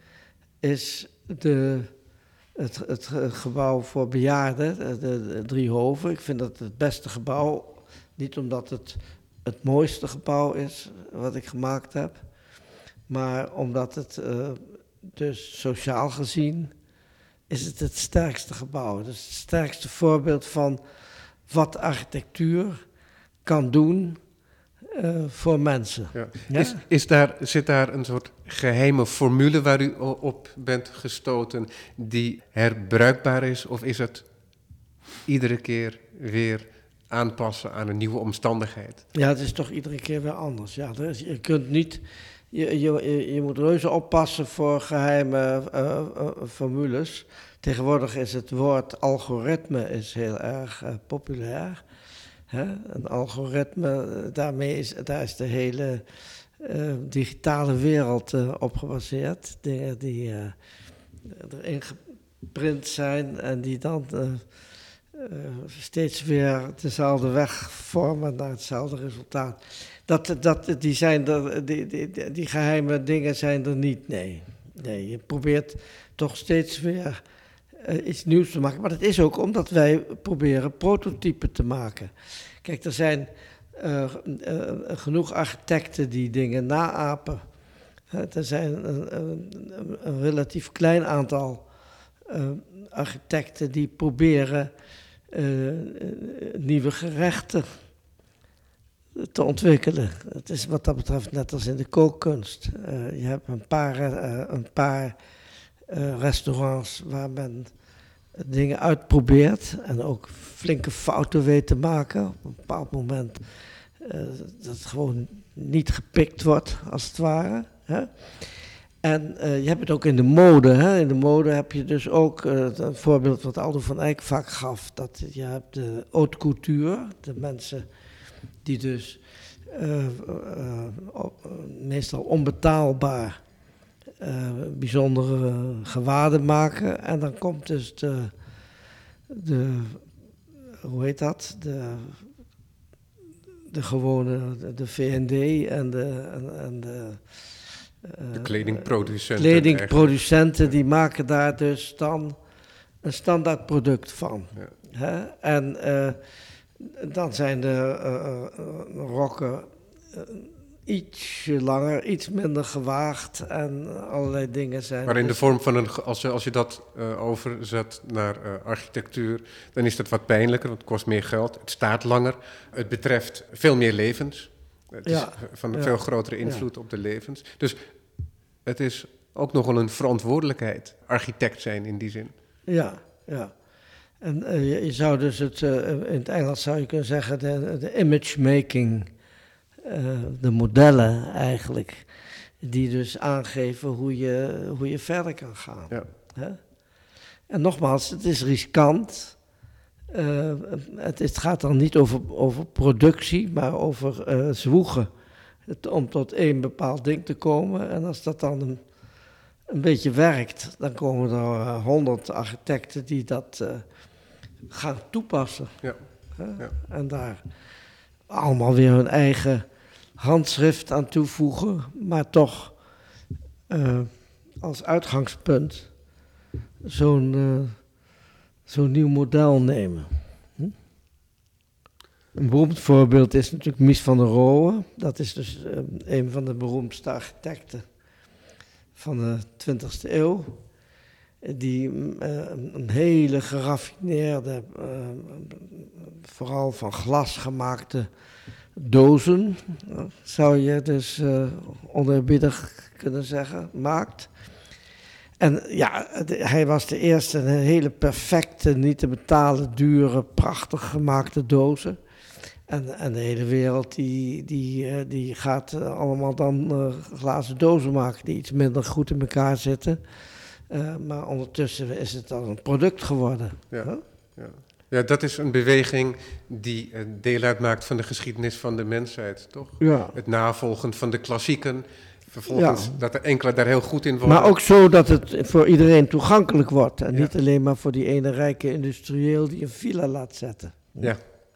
is de, het, het gebouw voor bejaarden, de, de Driehoven. Ik vind dat het beste gebouw. Niet omdat het het mooiste gebouw is wat ik gemaakt heb, maar omdat het uh, dus sociaal gezien is het het sterkste gebouw. Dus het sterkste voorbeeld van wat architectuur kan doen uh, voor mensen. Ja. Ja? Is, is daar, zit daar een soort geheime formule waar u op bent gestoten die herbruikbaar is, of is het iedere keer weer aanpassen aan een nieuwe omstandigheid? Ja, het is toch iedere keer weer anders. Ja, is, je kunt niet, je, je, je moet reuze oppassen voor geheime uh, uh, formules. Tegenwoordig is het woord algoritme is heel erg uh, populair. Hè? Een algoritme, daarmee is, daar is de hele uh, digitale wereld uh, op gebaseerd. Dingen die uh, erin geprint zijn en die dan Uh, Uh, steeds weer dezelfde weg vormen naar hetzelfde resultaat. Dat, dat, die, zijn er, die, die, die geheime dingen zijn er niet, nee. nee. Je probeert toch steeds weer uh, iets nieuws te maken. Maar dat is ook omdat wij proberen prototypen te maken. Kijk, er zijn uh, uh, genoeg architecten die dingen naapen. Uh, er zijn een, een, een relatief klein aantal uh, architecten die proberen Uh, nieuwe gerechten te ontwikkelen. Het is wat dat betreft net als in de kookkunst. Uh, je hebt een paar, uh, een paar uh, restaurants waar men dingen uitprobeert en ook flinke fouten weet te maken. Op een bepaald moment uh, dat het gewoon niet gepikt wordt, als het ware. Hè? En uh, je hebt het ook in de mode. Hè? In de mode heb je dus ook uh, een voorbeeld wat Aldo van Eyck vaak gaf. Dat je hebt de haute couture, de mensen die dus uh, uh, op, uh, meestal onbetaalbaar uh, bijzondere gewaden maken. En dan komt dus de, de hoe heet dat? De, de gewone, de, de V N D en de... En, en de Uh, de kledingproducenten. Kledingproducenten die maken daar dus dan een standaard product van. Ja. Hè? En uh, dan zijn de uh, uh, rokken uh, ietsje langer, iets minder gewaagd en allerlei dingen zijn. Maar in dus de vorm van een, als je, als je dat uh, overzet naar uh, architectuur, dan is dat wat pijnlijker, want het kost meer geld, het staat langer, het betreft veel meer levens. Het ja, is van een ja, veel grotere invloed ja. op de levens. Dus het is ook nogal een verantwoordelijkheid, architect zijn in die zin. Ja, ja. En uh, je, je zou dus het, uh, in het Engels zou je kunnen zeggen, de, de image making, uh, de modellen eigenlijk, die dus aangeven hoe je, hoe je verder kan gaan. Ja. Hè? En nogmaals, het is riskant. Uh, het, het gaat dan niet over, over productie, maar over uh, zwoegen. Het, om tot één bepaald ding te komen. En als dat dan een, een beetje werkt, dan komen er honderd uh, architecten die dat uh, gaan toepassen. Ja. Ja. En daar allemaal weer hun eigen handschrift aan toevoegen, maar toch uh, als uitgangspunt zo'n... Uh, zo'n nieuw model nemen. Hm? Een beroemd voorbeeld is natuurlijk Mies van der Rohe. Dat is dus uh, een van de beroemdste architecten van de twintigste eeuw. Die uh, een hele geraffineerde, uh, vooral van glas gemaakte dozen, uh, zou je dus uh, oneerbiedig kunnen zeggen, maakt. En ja, de, hij was de eerste, een hele perfecte, niet te betalen, dure, prachtig gemaakte dozen. En, en de hele wereld die, die, die gaat allemaal dan uh, glazen dozen maken die iets minder goed in elkaar zitten. Uh, maar ondertussen is het dan een product geworden. Ja, huh? ja. ja, dat is een beweging die uh, deel uitmaakt van de geschiedenis van de mensheid, toch? Ja. Het navolgen van de klassieken. Vervolgens ja. dat er enkele daar heel goed in worden. Maar ook zo dat het voor iedereen toegankelijk wordt. En ja. niet alleen maar voor die ene rijke industrieel die een villa laat zetten. Ja.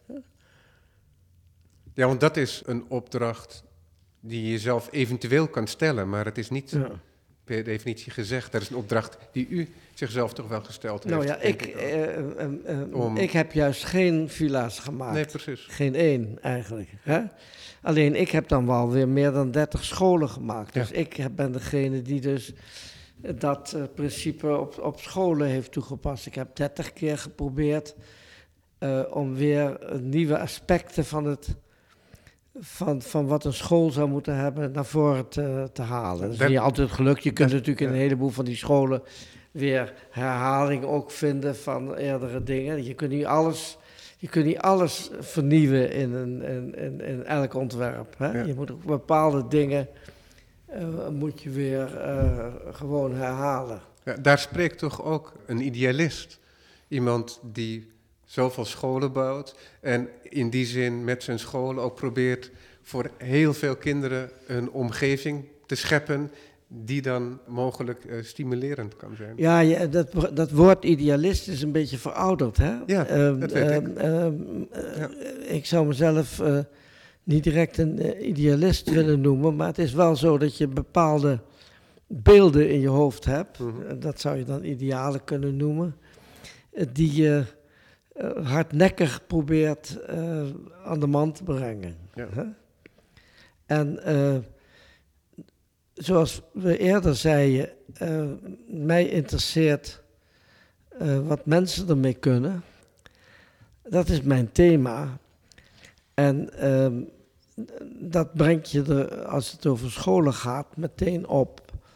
Ja, want dat is een opdracht die je jezelf eventueel kan stellen. Maar het is niet ja. per definitie gezegd. Dat is een opdracht die u zichzelf toch wel gesteld heeft. Nou ja, ik, ik, uh, uh, uh, Om... ik heb juist geen villa's gemaakt. Nee, precies. Geen één eigenlijk. Hè? Alleen ik heb dan wel weer meer dan dertig scholen gemaakt. Dus ja. ik ben degene die dus dat uh, principe op, op scholen heeft toegepast. Ik heb dertig keer geprobeerd uh, om weer nieuwe aspecten van, het, van, van wat een school zou moeten hebben naar voren te, te halen. Dat is dat, niet altijd gelukt. Je kunt dat, natuurlijk in een heleboel van die scholen weer herhaling ook vinden van eerdere dingen. Je kunt niet alles... Je kunt niet alles vernieuwen in, een, in, in, in elk ontwerp. Hè? Ja. Je moet ook bepaalde dingen uh, moet je weer uh, gewoon herhalen. Ja, daar spreekt toch ook een idealist. Iemand die zoveel scholen bouwt en in die zin met zijn scholen ook probeert voor heel veel kinderen een omgeving te scheppen die dan mogelijk uh, stimulerend kan zijn. Ja, ja dat, dat woord idealist is een beetje verouderd, hè? Ja, uh, dat weet uh, ik. Uh, uh, ja. Ik zou mezelf uh, niet direct een uh, idealist willen noemen, maar het is wel zo dat je bepaalde beelden in je hoofd hebt. Mm-hmm. Dat zou je dan idealen kunnen noemen. Uh, die je uh, hardnekkig probeert uh, aan de man te brengen. Ja. Huh? En... Uh, Zoals we eerder zeiden, uh, mij interesseert uh, wat mensen ermee kunnen. Dat is mijn thema. En uh, dat brengt je er, als het over scholen gaat, meteen op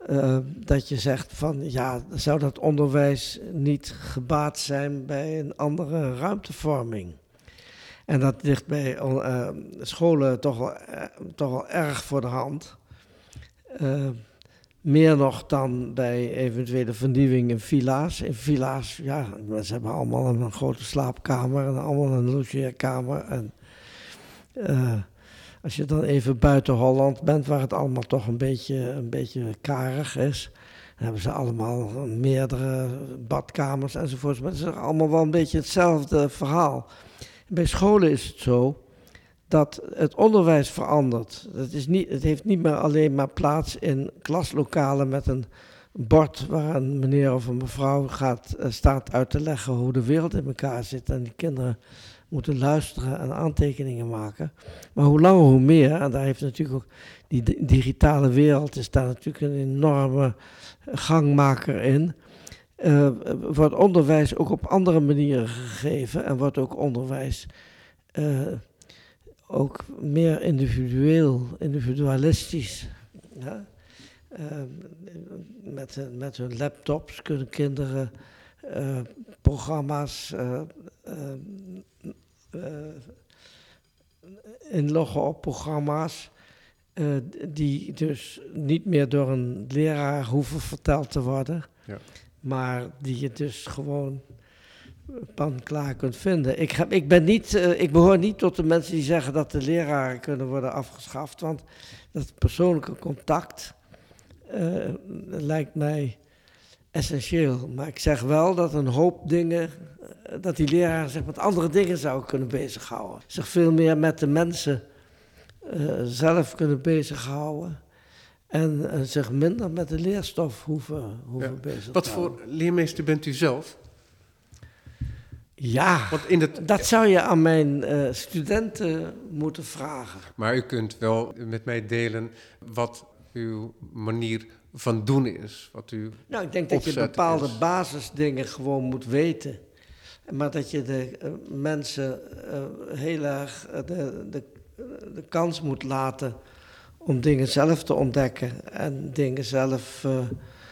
uh, dat je zegt van ja, zou dat onderwijs niet gebaat zijn bij een andere ruimtevorming? En dat ligt bij uh, scholen toch wel, uh, toch wel erg voor de hand. Uh, meer nog dan bij eventuele vernieuwing in villa's. In villa's, ja, ze hebben allemaal een grote slaapkamer en allemaal een logeerkamer. En uh, als je dan even buiten Holland bent, waar het allemaal toch een beetje, een beetje karig is, dan hebben ze allemaal meerdere badkamers enzovoorts. Maar het is allemaal wel een beetje hetzelfde verhaal. Bij scholen is het zo dat het onderwijs verandert. Het, is niet, het heeft niet meer alleen maar plaats in klaslokalen met een bord waar een meneer of een mevrouw gaat, uh, staat uit te leggen hoe de wereld in elkaar zit. En die kinderen moeten luisteren en aantekeningen maken. Maar hoe langer hoe meer, en daar heeft natuurlijk ook die digitale wereld is daar natuurlijk een enorme gangmaker in. Uh, wordt onderwijs ook op andere manieren gegeven en wordt ook onderwijs uh, ook meer individueel, individualistisch. Ja? Uh, met, met hun laptops kunnen kinderen uh, programma's uh, uh, uh, inloggen op programma's uh, die dus niet meer door een leraar hoeven verteld te worden. Ja. Maar die je dus gewoon pan-klaar kunt vinden. Ik, heb, ik, ben niet, uh, ik behoor niet tot de mensen die zeggen dat de leraren kunnen worden afgeschaft. Want dat persoonlijke contact uh, lijkt mij essentieel. Maar ik zeg wel dat een hoop dingen, uh, dat die leraren zich met andere dingen zouden kunnen bezighouden. Zich veel meer met de mensen uh, zelf kunnen bezighouden. En uh, zich minder met de leerstof hoeven, hoeven ja. bezig te Wat houden. voor leermeester bent u zelf? Ja, Want in het... dat zou je aan mijn uh, studenten moeten vragen. Maar u kunt wel met mij delen wat uw manier van doen is. Wat u nou, ik denk dat je bepaalde is. basisdingen gewoon moet weten. Maar dat je de uh, mensen uh, heel erg uh, de, de, de kans moet laten om dingen zelf te ontdekken en dingen zelf uh,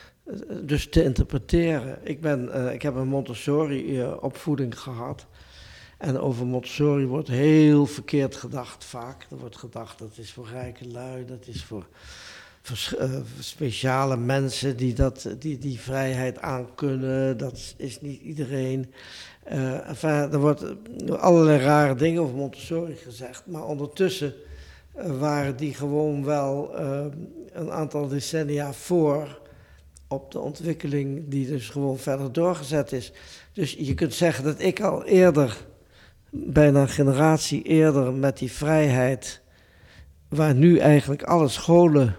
dus te interpreteren. Ik, ben, uh, ik heb een Montessori-opvoeding gehad. En over Montessori wordt heel verkeerd gedacht vaak. Er wordt gedacht dat is voor rijke lui, dat is voor, voor uh, speciale mensen die, dat, die die vrijheid aankunnen. Dat is niet iedereen. Uh, enfin, er wordt allerlei rare dingen over Montessori gezegd, maar ondertussen waren die gewoon wel uh, een aantal decennia voor op de ontwikkeling die dus gewoon verder doorgezet is. Dus je kunt zeggen dat ik al eerder, bijna een generatie eerder, met die vrijheid, waar nu eigenlijk alle scholen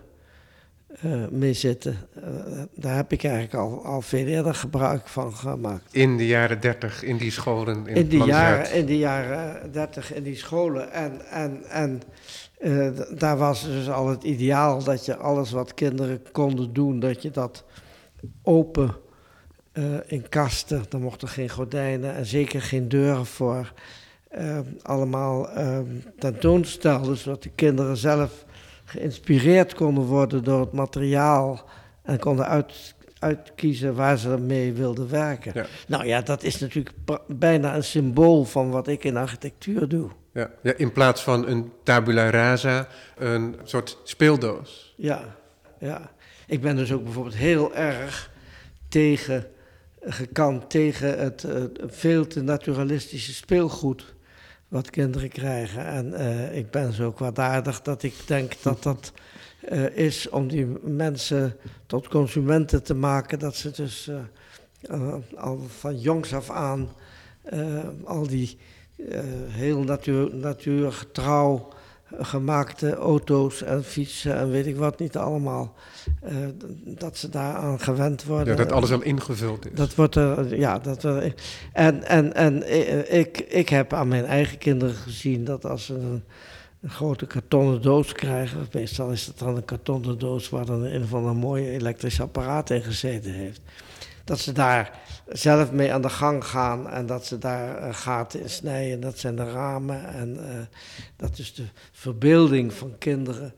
uh, mee zitten, uh, daar heb ik eigenlijk al, al veel eerder gebruik van gemaakt. In de jaren dertig, in die scholen? In, in, de jaren, in de jaren dertig, in die scholen. En... en, en Uh, d- daar was dus al het ideaal dat je alles wat kinderen konden doen, dat je dat open uh, in kasten, daar mochten geen gordijnen en zeker geen deuren voor, uh, allemaal uh, tentoonstelde, zodat de kinderen zelf geïnspireerd konden worden door het materiaal en konden uit, uitkiezen waar ze mee wilden werken. Ja. Nou ja, dat is natuurlijk pra- bijna een symbool van wat ik in architectuur doe. Ja, ja, in plaats van een tabula rasa, een soort speeldoos. Ja, ja. Ik ben dus ook bijvoorbeeld heel erg tegen, gekant tegen het uh, veel te naturalistische speelgoed wat kinderen krijgen. En uh, ik ben zo kwaadaardig dat ik denk dat dat uh, is om die mensen tot consumenten te maken. Dat ze dus uh, uh, al van jongs af aan uh, al die uh, heel natuur, natuurgetrouw gemaakte auto's en fietsen en weet ik wat niet allemaal, uh, dat ze daaraan gewend worden. Ja, dat alles al ingevuld is. Dat wordt er, ja. Dat er, en en, en ik, ik heb aan mijn eigen kinderen gezien dat als ze een, een grote kartonnen doos krijgen, meestal is dat dan een kartonnen doos waar dan een of ander mooie elektrisch apparaat in gezeten heeft, dat ze daar zelf mee aan de gang gaan en dat ze daar uh, gaten in snijden. Dat zijn de ramen en uh, dat is de verbeelding van kinderen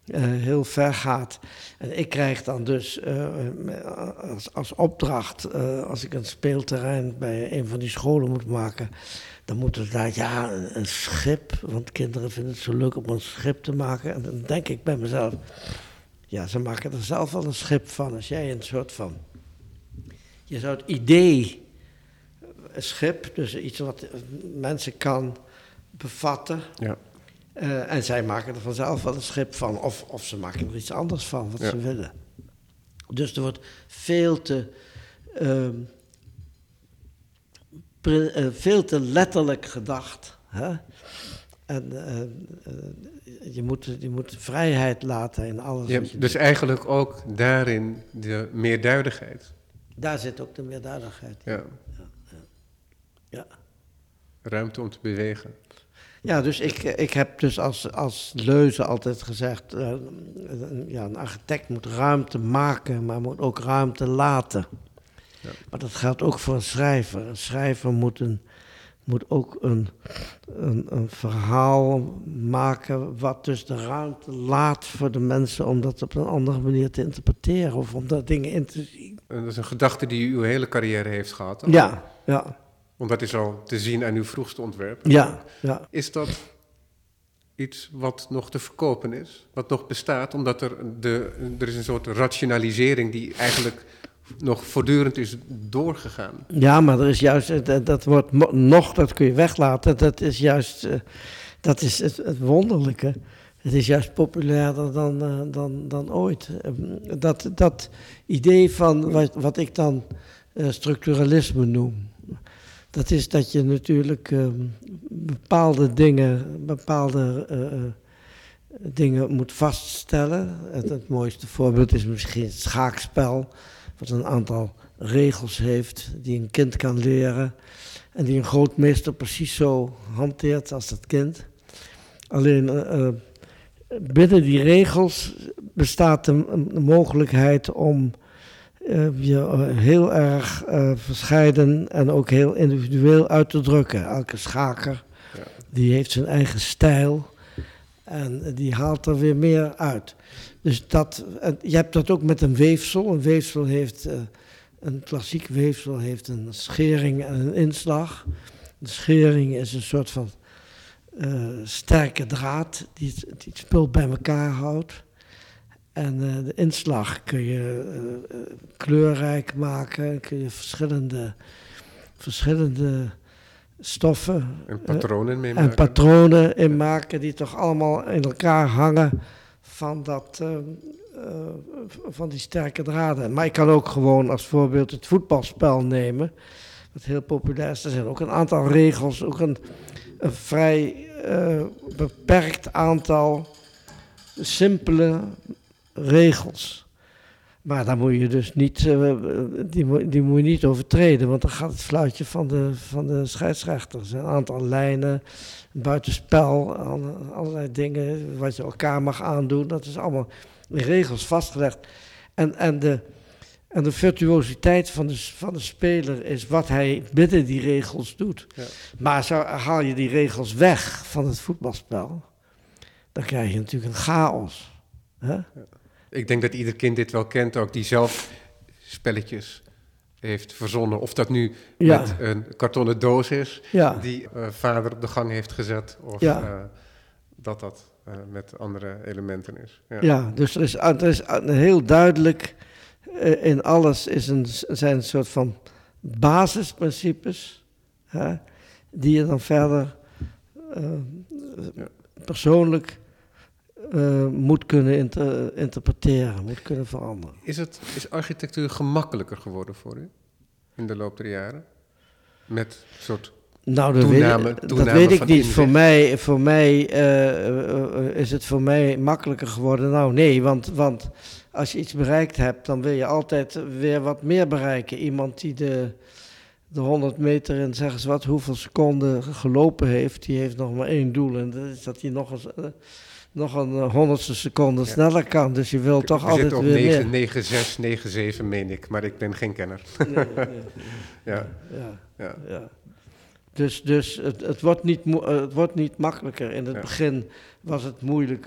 uh, heel ver gaat. En ik krijg dan dus uh, als, als opdracht, uh, als ik een speelterrein bij een van die scholen moet maken, dan moet het daar, ja, een, een schip, want kinderen vinden het zo leuk om een schip te maken. En dan denk ik bij mezelf, ja, ze maken er zelf wel een schip van. Als jij een soort van, je zou het idee, een schip, dus iets wat mensen kan bevatten. Ja. Uh, en zij maken er vanzelf wel een schip van. Of, of ze maken er iets anders van, wat ja. ze willen. Dus er wordt veel te, uh, pre, uh, veel te letterlijk gedacht. Hè? En uh, uh, je, moet, je moet vrijheid laten in alles Ja, wat je dus doet. eigenlijk ook daarin de meerduidigheid. Daar zit ook de meerduidigheid in. Ja. Ja, ja. Ja. Ruimte om te bewegen. Ja, dus ik, ik heb dus als, als leuze altijd gezegd, uh, ja, een architect moet ruimte maken, maar moet ook ruimte laten. Ja. Maar dat geldt ook voor een schrijver. Een schrijver moet, een, moet ook een, een, een verhaal maken wat dus de ruimte laat voor de mensen om dat op een andere manier te interpreteren of om daar dingen in te zien. En dat is een gedachte die uw hele carrière heeft gehad, toch? Ja, ja. Want dat is al te zien aan uw vroegste ontwerp. Ja, ja. Is dat iets wat nog te verkopen is? Wat nog bestaat? Omdat er, de, er is een soort rationalisering die eigenlijk nog voortdurend is doorgegaan. Ja, maar er is juist, dat, dat wordt nog, dat kun je weglaten. Dat is juist, uh, dat is het, het wonderlijke. Het is juist populairder dan, uh, dan, dan ooit. Uh, dat, dat idee van wat, wat ik dan uh, structuralisme noem. Dat is dat je natuurlijk uh, bepaalde dingen, bepaalde uh, dingen moet vaststellen. Het, het mooiste voorbeeld is misschien het schaakspel, wat een aantal regels heeft die een kind kan leren en die een grootmeester precies zo hanteert als dat kind. Alleen uh, binnen die regels bestaat de, de mogelijkheid om Uh, je uh, heel erg uh, verscheiden en ook heel individueel uit te drukken. Elke schaker ja. die heeft zijn eigen stijl en uh, die haalt er weer meer uit. Dus dat, uh, je hebt dat ook met een weefsel. Een weefsel heeft, uh, een klassiek weefsel heeft een schering en een inslag. De schering is een soort van uh, sterke draad die het, die het spul bij elkaar houdt. En uh, de inslag kun je uh, kleurrijk maken, kun je verschillende, verschillende stoffen en patronen uh, meemaken. En patronen in maken die toch allemaal in elkaar hangen van, dat, uh, uh, van die sterke draden. Maar ik kan ook gewoon als voorbeeld het voetbalspel nemen, wat heel populair is. Er zijn ook een aantal regels, ook een, een vrij uh, beperkt aantal simpele regels. Maar daar moet je dus niet, uh, die, die moet je niet overtreden, want dan gaat het fluitje van de, van de scheidsrechter. Er zijn een aantal lijnen, buitenspel, allerlei dingen wat je elkaar mag aandoen. Dat is allemaal in regels vastgelegd. En, en, de, en de virtuositeit van de, van de speler is wat hij binnen die regels doet. Ja. Maar zo haal je die regels weg van het voetbalspel, dan krijg je natuurlijk een chaos. Huh? Ja. Ik denk dat ieder kind dit wel kent, ook die zelf spelletjes heeft verzonnen. Of dat nu ja. met een kartonnen doos is, ja. die uh, vader op de gang heeft gezet. Of ja. uh, dat dat uh, met andere elementen is. Ja, ja dus er is, er is heel duidelijk uh, in alles is een, zijn een soort van basisprincipes, hè, die je dan verder uh, ja. persoonlijk Uh, moet kunnen inter- interpreteren, moet kunnen veranderen. Is, het, is architectuur gemakkelijker geworden voor u in de loop der jaren? Met een soort nou, dat toename, weet, toename dat weet ik van niet. inzicht? Voor mij, voor mij uh, uh, is het voor mij makkelijker geworden. Nou nee, want, want als je iets bereikt hebt, dan wil je altijd weer wat meer bereiken. Iemand die de, de honderd meter in, zeg eens wat, hoeveel seconden gelopen heeft, die heeft nog maar één doel. En dat is dat hij nog eens... Uh, nog een honderdste seconde ja. sneller kan. Dus je wil ik, toch we altijd op weer negen, meer. negen zes, negen zeven meen ik, maar ik ben geen kenner. Nee, nee, nee. ja. Ja, ja. ja. Dus, dus het, het, wordt niet, het wordt niet makkelijker. In het ja. begin was het moeilijk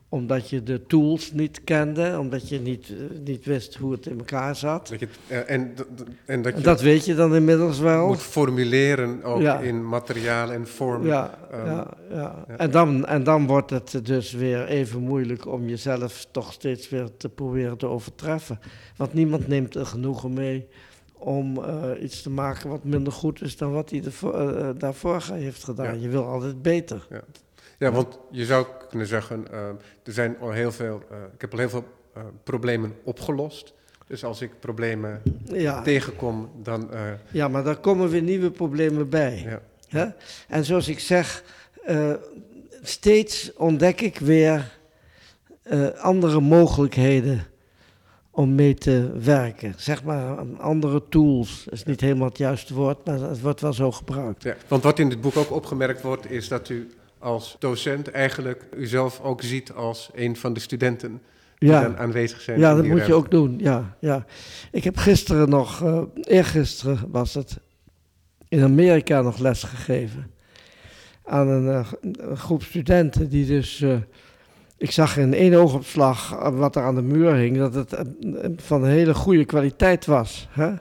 omdat je de tools niet kende, omdat je niet, uh, niet wist hoe het in elkaar zat. Dat je, uh, en, d- d- en dat je Dat weet je dan inmiddels wel. moet formuleren, ook Ja. in materiaal en vorm. Ja, Um, ja, ja. ja. En, dan, en dan wordt het dus weer even moeilijk om jezelf toch steeds weer te proberen te overtreffen. Want niemand neemt er genoegen mee om uh, iets te maken wat minder goed is dan wat hij ervoor, uh, daarvoor heeft gedaan. Ja. Je wil altijd beter. Ja. Ja, want je zou kunnen zeggen, uh, er zijn al heel veel, uh, ik heb al heel veel uh, problemen opgelost. Dus als ik problemen Ja. tegenkom, dan... Uh, ja, maar daar komen weer nieuwe problemen bij. Ja. Hè? En zoals ik zeg, uh, steeds ontdek ik weer uh, andere mogelijkheden om mee te werken. Zeg maar andere tools. Dat is niet helemaal het juiste woord, maar het wordt wel zo gebruikt. Ja, want wat in dit boek ook opgemerkt wordt, is dat u als docent eigenlijk uzelf ook ziet als een van de studenten die ja. dan aanwezig zijn. Ja, in dat die moet je ruimte. ook doen. Ja, ja. Ik heb gisteren nog, uh, eergisteren was het, in Amerika nog les gegeven aan een, uh, een groep studenten die dus... Uh, ik zag in één oogopslag wat er aan de muur hing, dat het uh, van een hele goede kwaliteit was. Hè?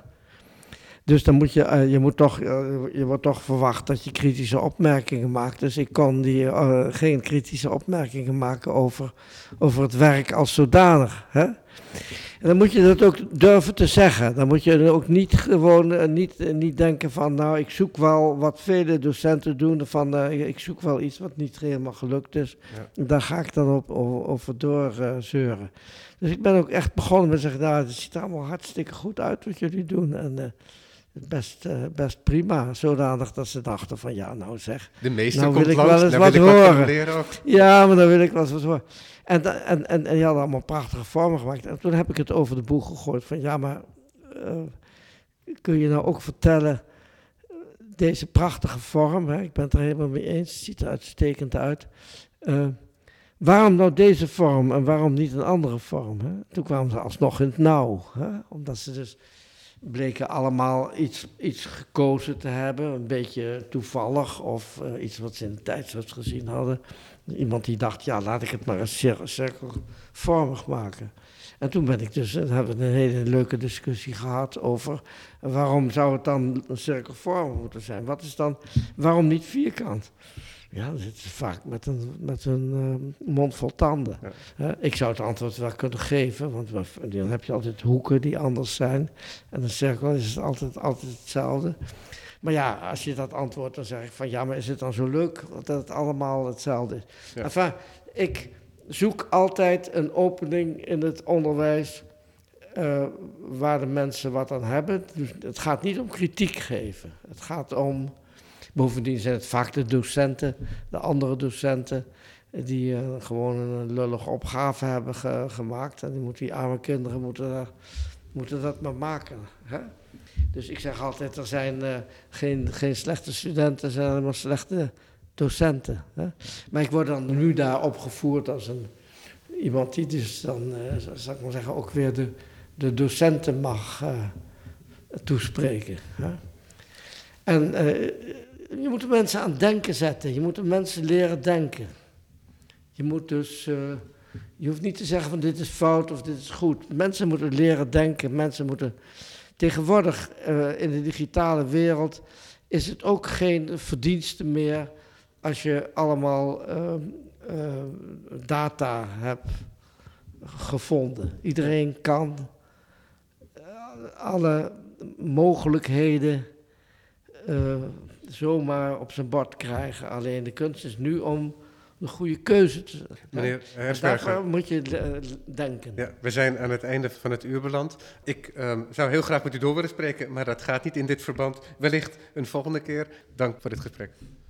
Dus dan moet je, uh, je, moet toch, uh, je wordt toch verwacht dat je kritische opmerkingen maakt. Dus ik kon die, uh, geen kritische opmerkingen maken over, over het werk als zodanig. Hè? En dan moet je dat ook durven te zeggen. Dan moet je ook niet gewoon uh, niet, uh, niet denken van, nou, ik zoek wel wat vele docenten doen, van uh, ik zoek wel iets wat niet helemaal gelukt is. Ja. Daar ga ik dan op, over, over door uh, zeuren. Dus ik ben ook echt begonnen met zeggen, nou, het ziet er allemaal hartstikke goed uit wat jullie doen. En uh, best, uh, best prima, zodanig dat ze dachten van, ja, nou zeg. De meester nou komt wil ik langs, wel eens daar wat wil ik horen. wat van leren ook. Ja, maar dan wil ik wel eens wat horen. En, en, en, en die hadden allemaal prachtige vormen gemaakt. En toen heb ik het over de boeg gegooid van, ja, maar uh, kun je nou ook vertellen, deze prachtige vorm, hè, ik ben het er helemaal mee eens, het ziet er uitstekend uit. Uh, waarom nou deze vorm en waarom niet een andere vorm? Hè? Toen kwamen ze alsnog in het nauw, hè? Omdat ze dus bleken allemaal iets, iets gekozen te hebben, een beetje toevallig of uh, iets wat ze in de tijdschrift gezien hadden. Iemand die dacht, ja, laat ik het maar een cir- cirkelvormig maken. En toen ben ik dus, dan hebben we een hele leuke discussie gehad over waarom zou het dan een cirkelvormig moeten zijn? Wat is dan, waarom niet vierkant? Ja, dan zitten ze vaak met een, met een uh, mond vol tanden. Ja. Uh, ik zou het antwoord wel kunnen geven, want dan heb je altijd hoeken die anders zijn. En een cirkel is het altijd, altijd hetzelfde. Maar ja, als je dat antwoordt, dan zeg ik van ja, maar is het dan zo leuk dat het allemaal hetzelfde is? Ja. Enfin, ik zoek altijd een opening in het onderwijs uh, waar de mensen wat aan hebben. Dus het gaat niet om kritiek geven. Het gaat om, bovendien zijn het vaak de docenten, de andere docenten, die uh, gewoon een lullige opgave hebben ge- gemaakt. En die, moeten, die arme kinderen moeten, uh, moeten dat maar maken, hè? Dus ik zeg altijd, er zijn uh, geen, geen slechte studenten, er zijn alleen slechte docenten. Hè? Maar ik word dan nu daar opgevoerd als een, iemand die dus dan, uh, zal ik maar zeggen, ook weer de, de docenten mag uh, toespreken. Hè? En uh, je moet de mensen aan het denken zetten, je moet de mensen leren denken. Je moet dus, uh, je hoeft niet te zeggen van dit is fout of dit is goed. Mensen moeten leren denken, mensen moeten... Tegenwoordig uh, in de digitale wereld is het ook geen verdienste meer als je allemaal uh, uh, data hebt gevonden. Iedereen kan uh, alle mogelijkheden uh, zomaar op zijn bord krijgen. Alleen de kunst is nu om een goede keuze te maken. Meneer Hersberger, daarvoor moet je uh, denken. Ja, we zijn aan het einde van het uur beland. Ik um, zou heel graag met u door willen spreken, maar dat gaat niet in dit verband. Wellicht een volgende keer. Dank voor dit gesprek.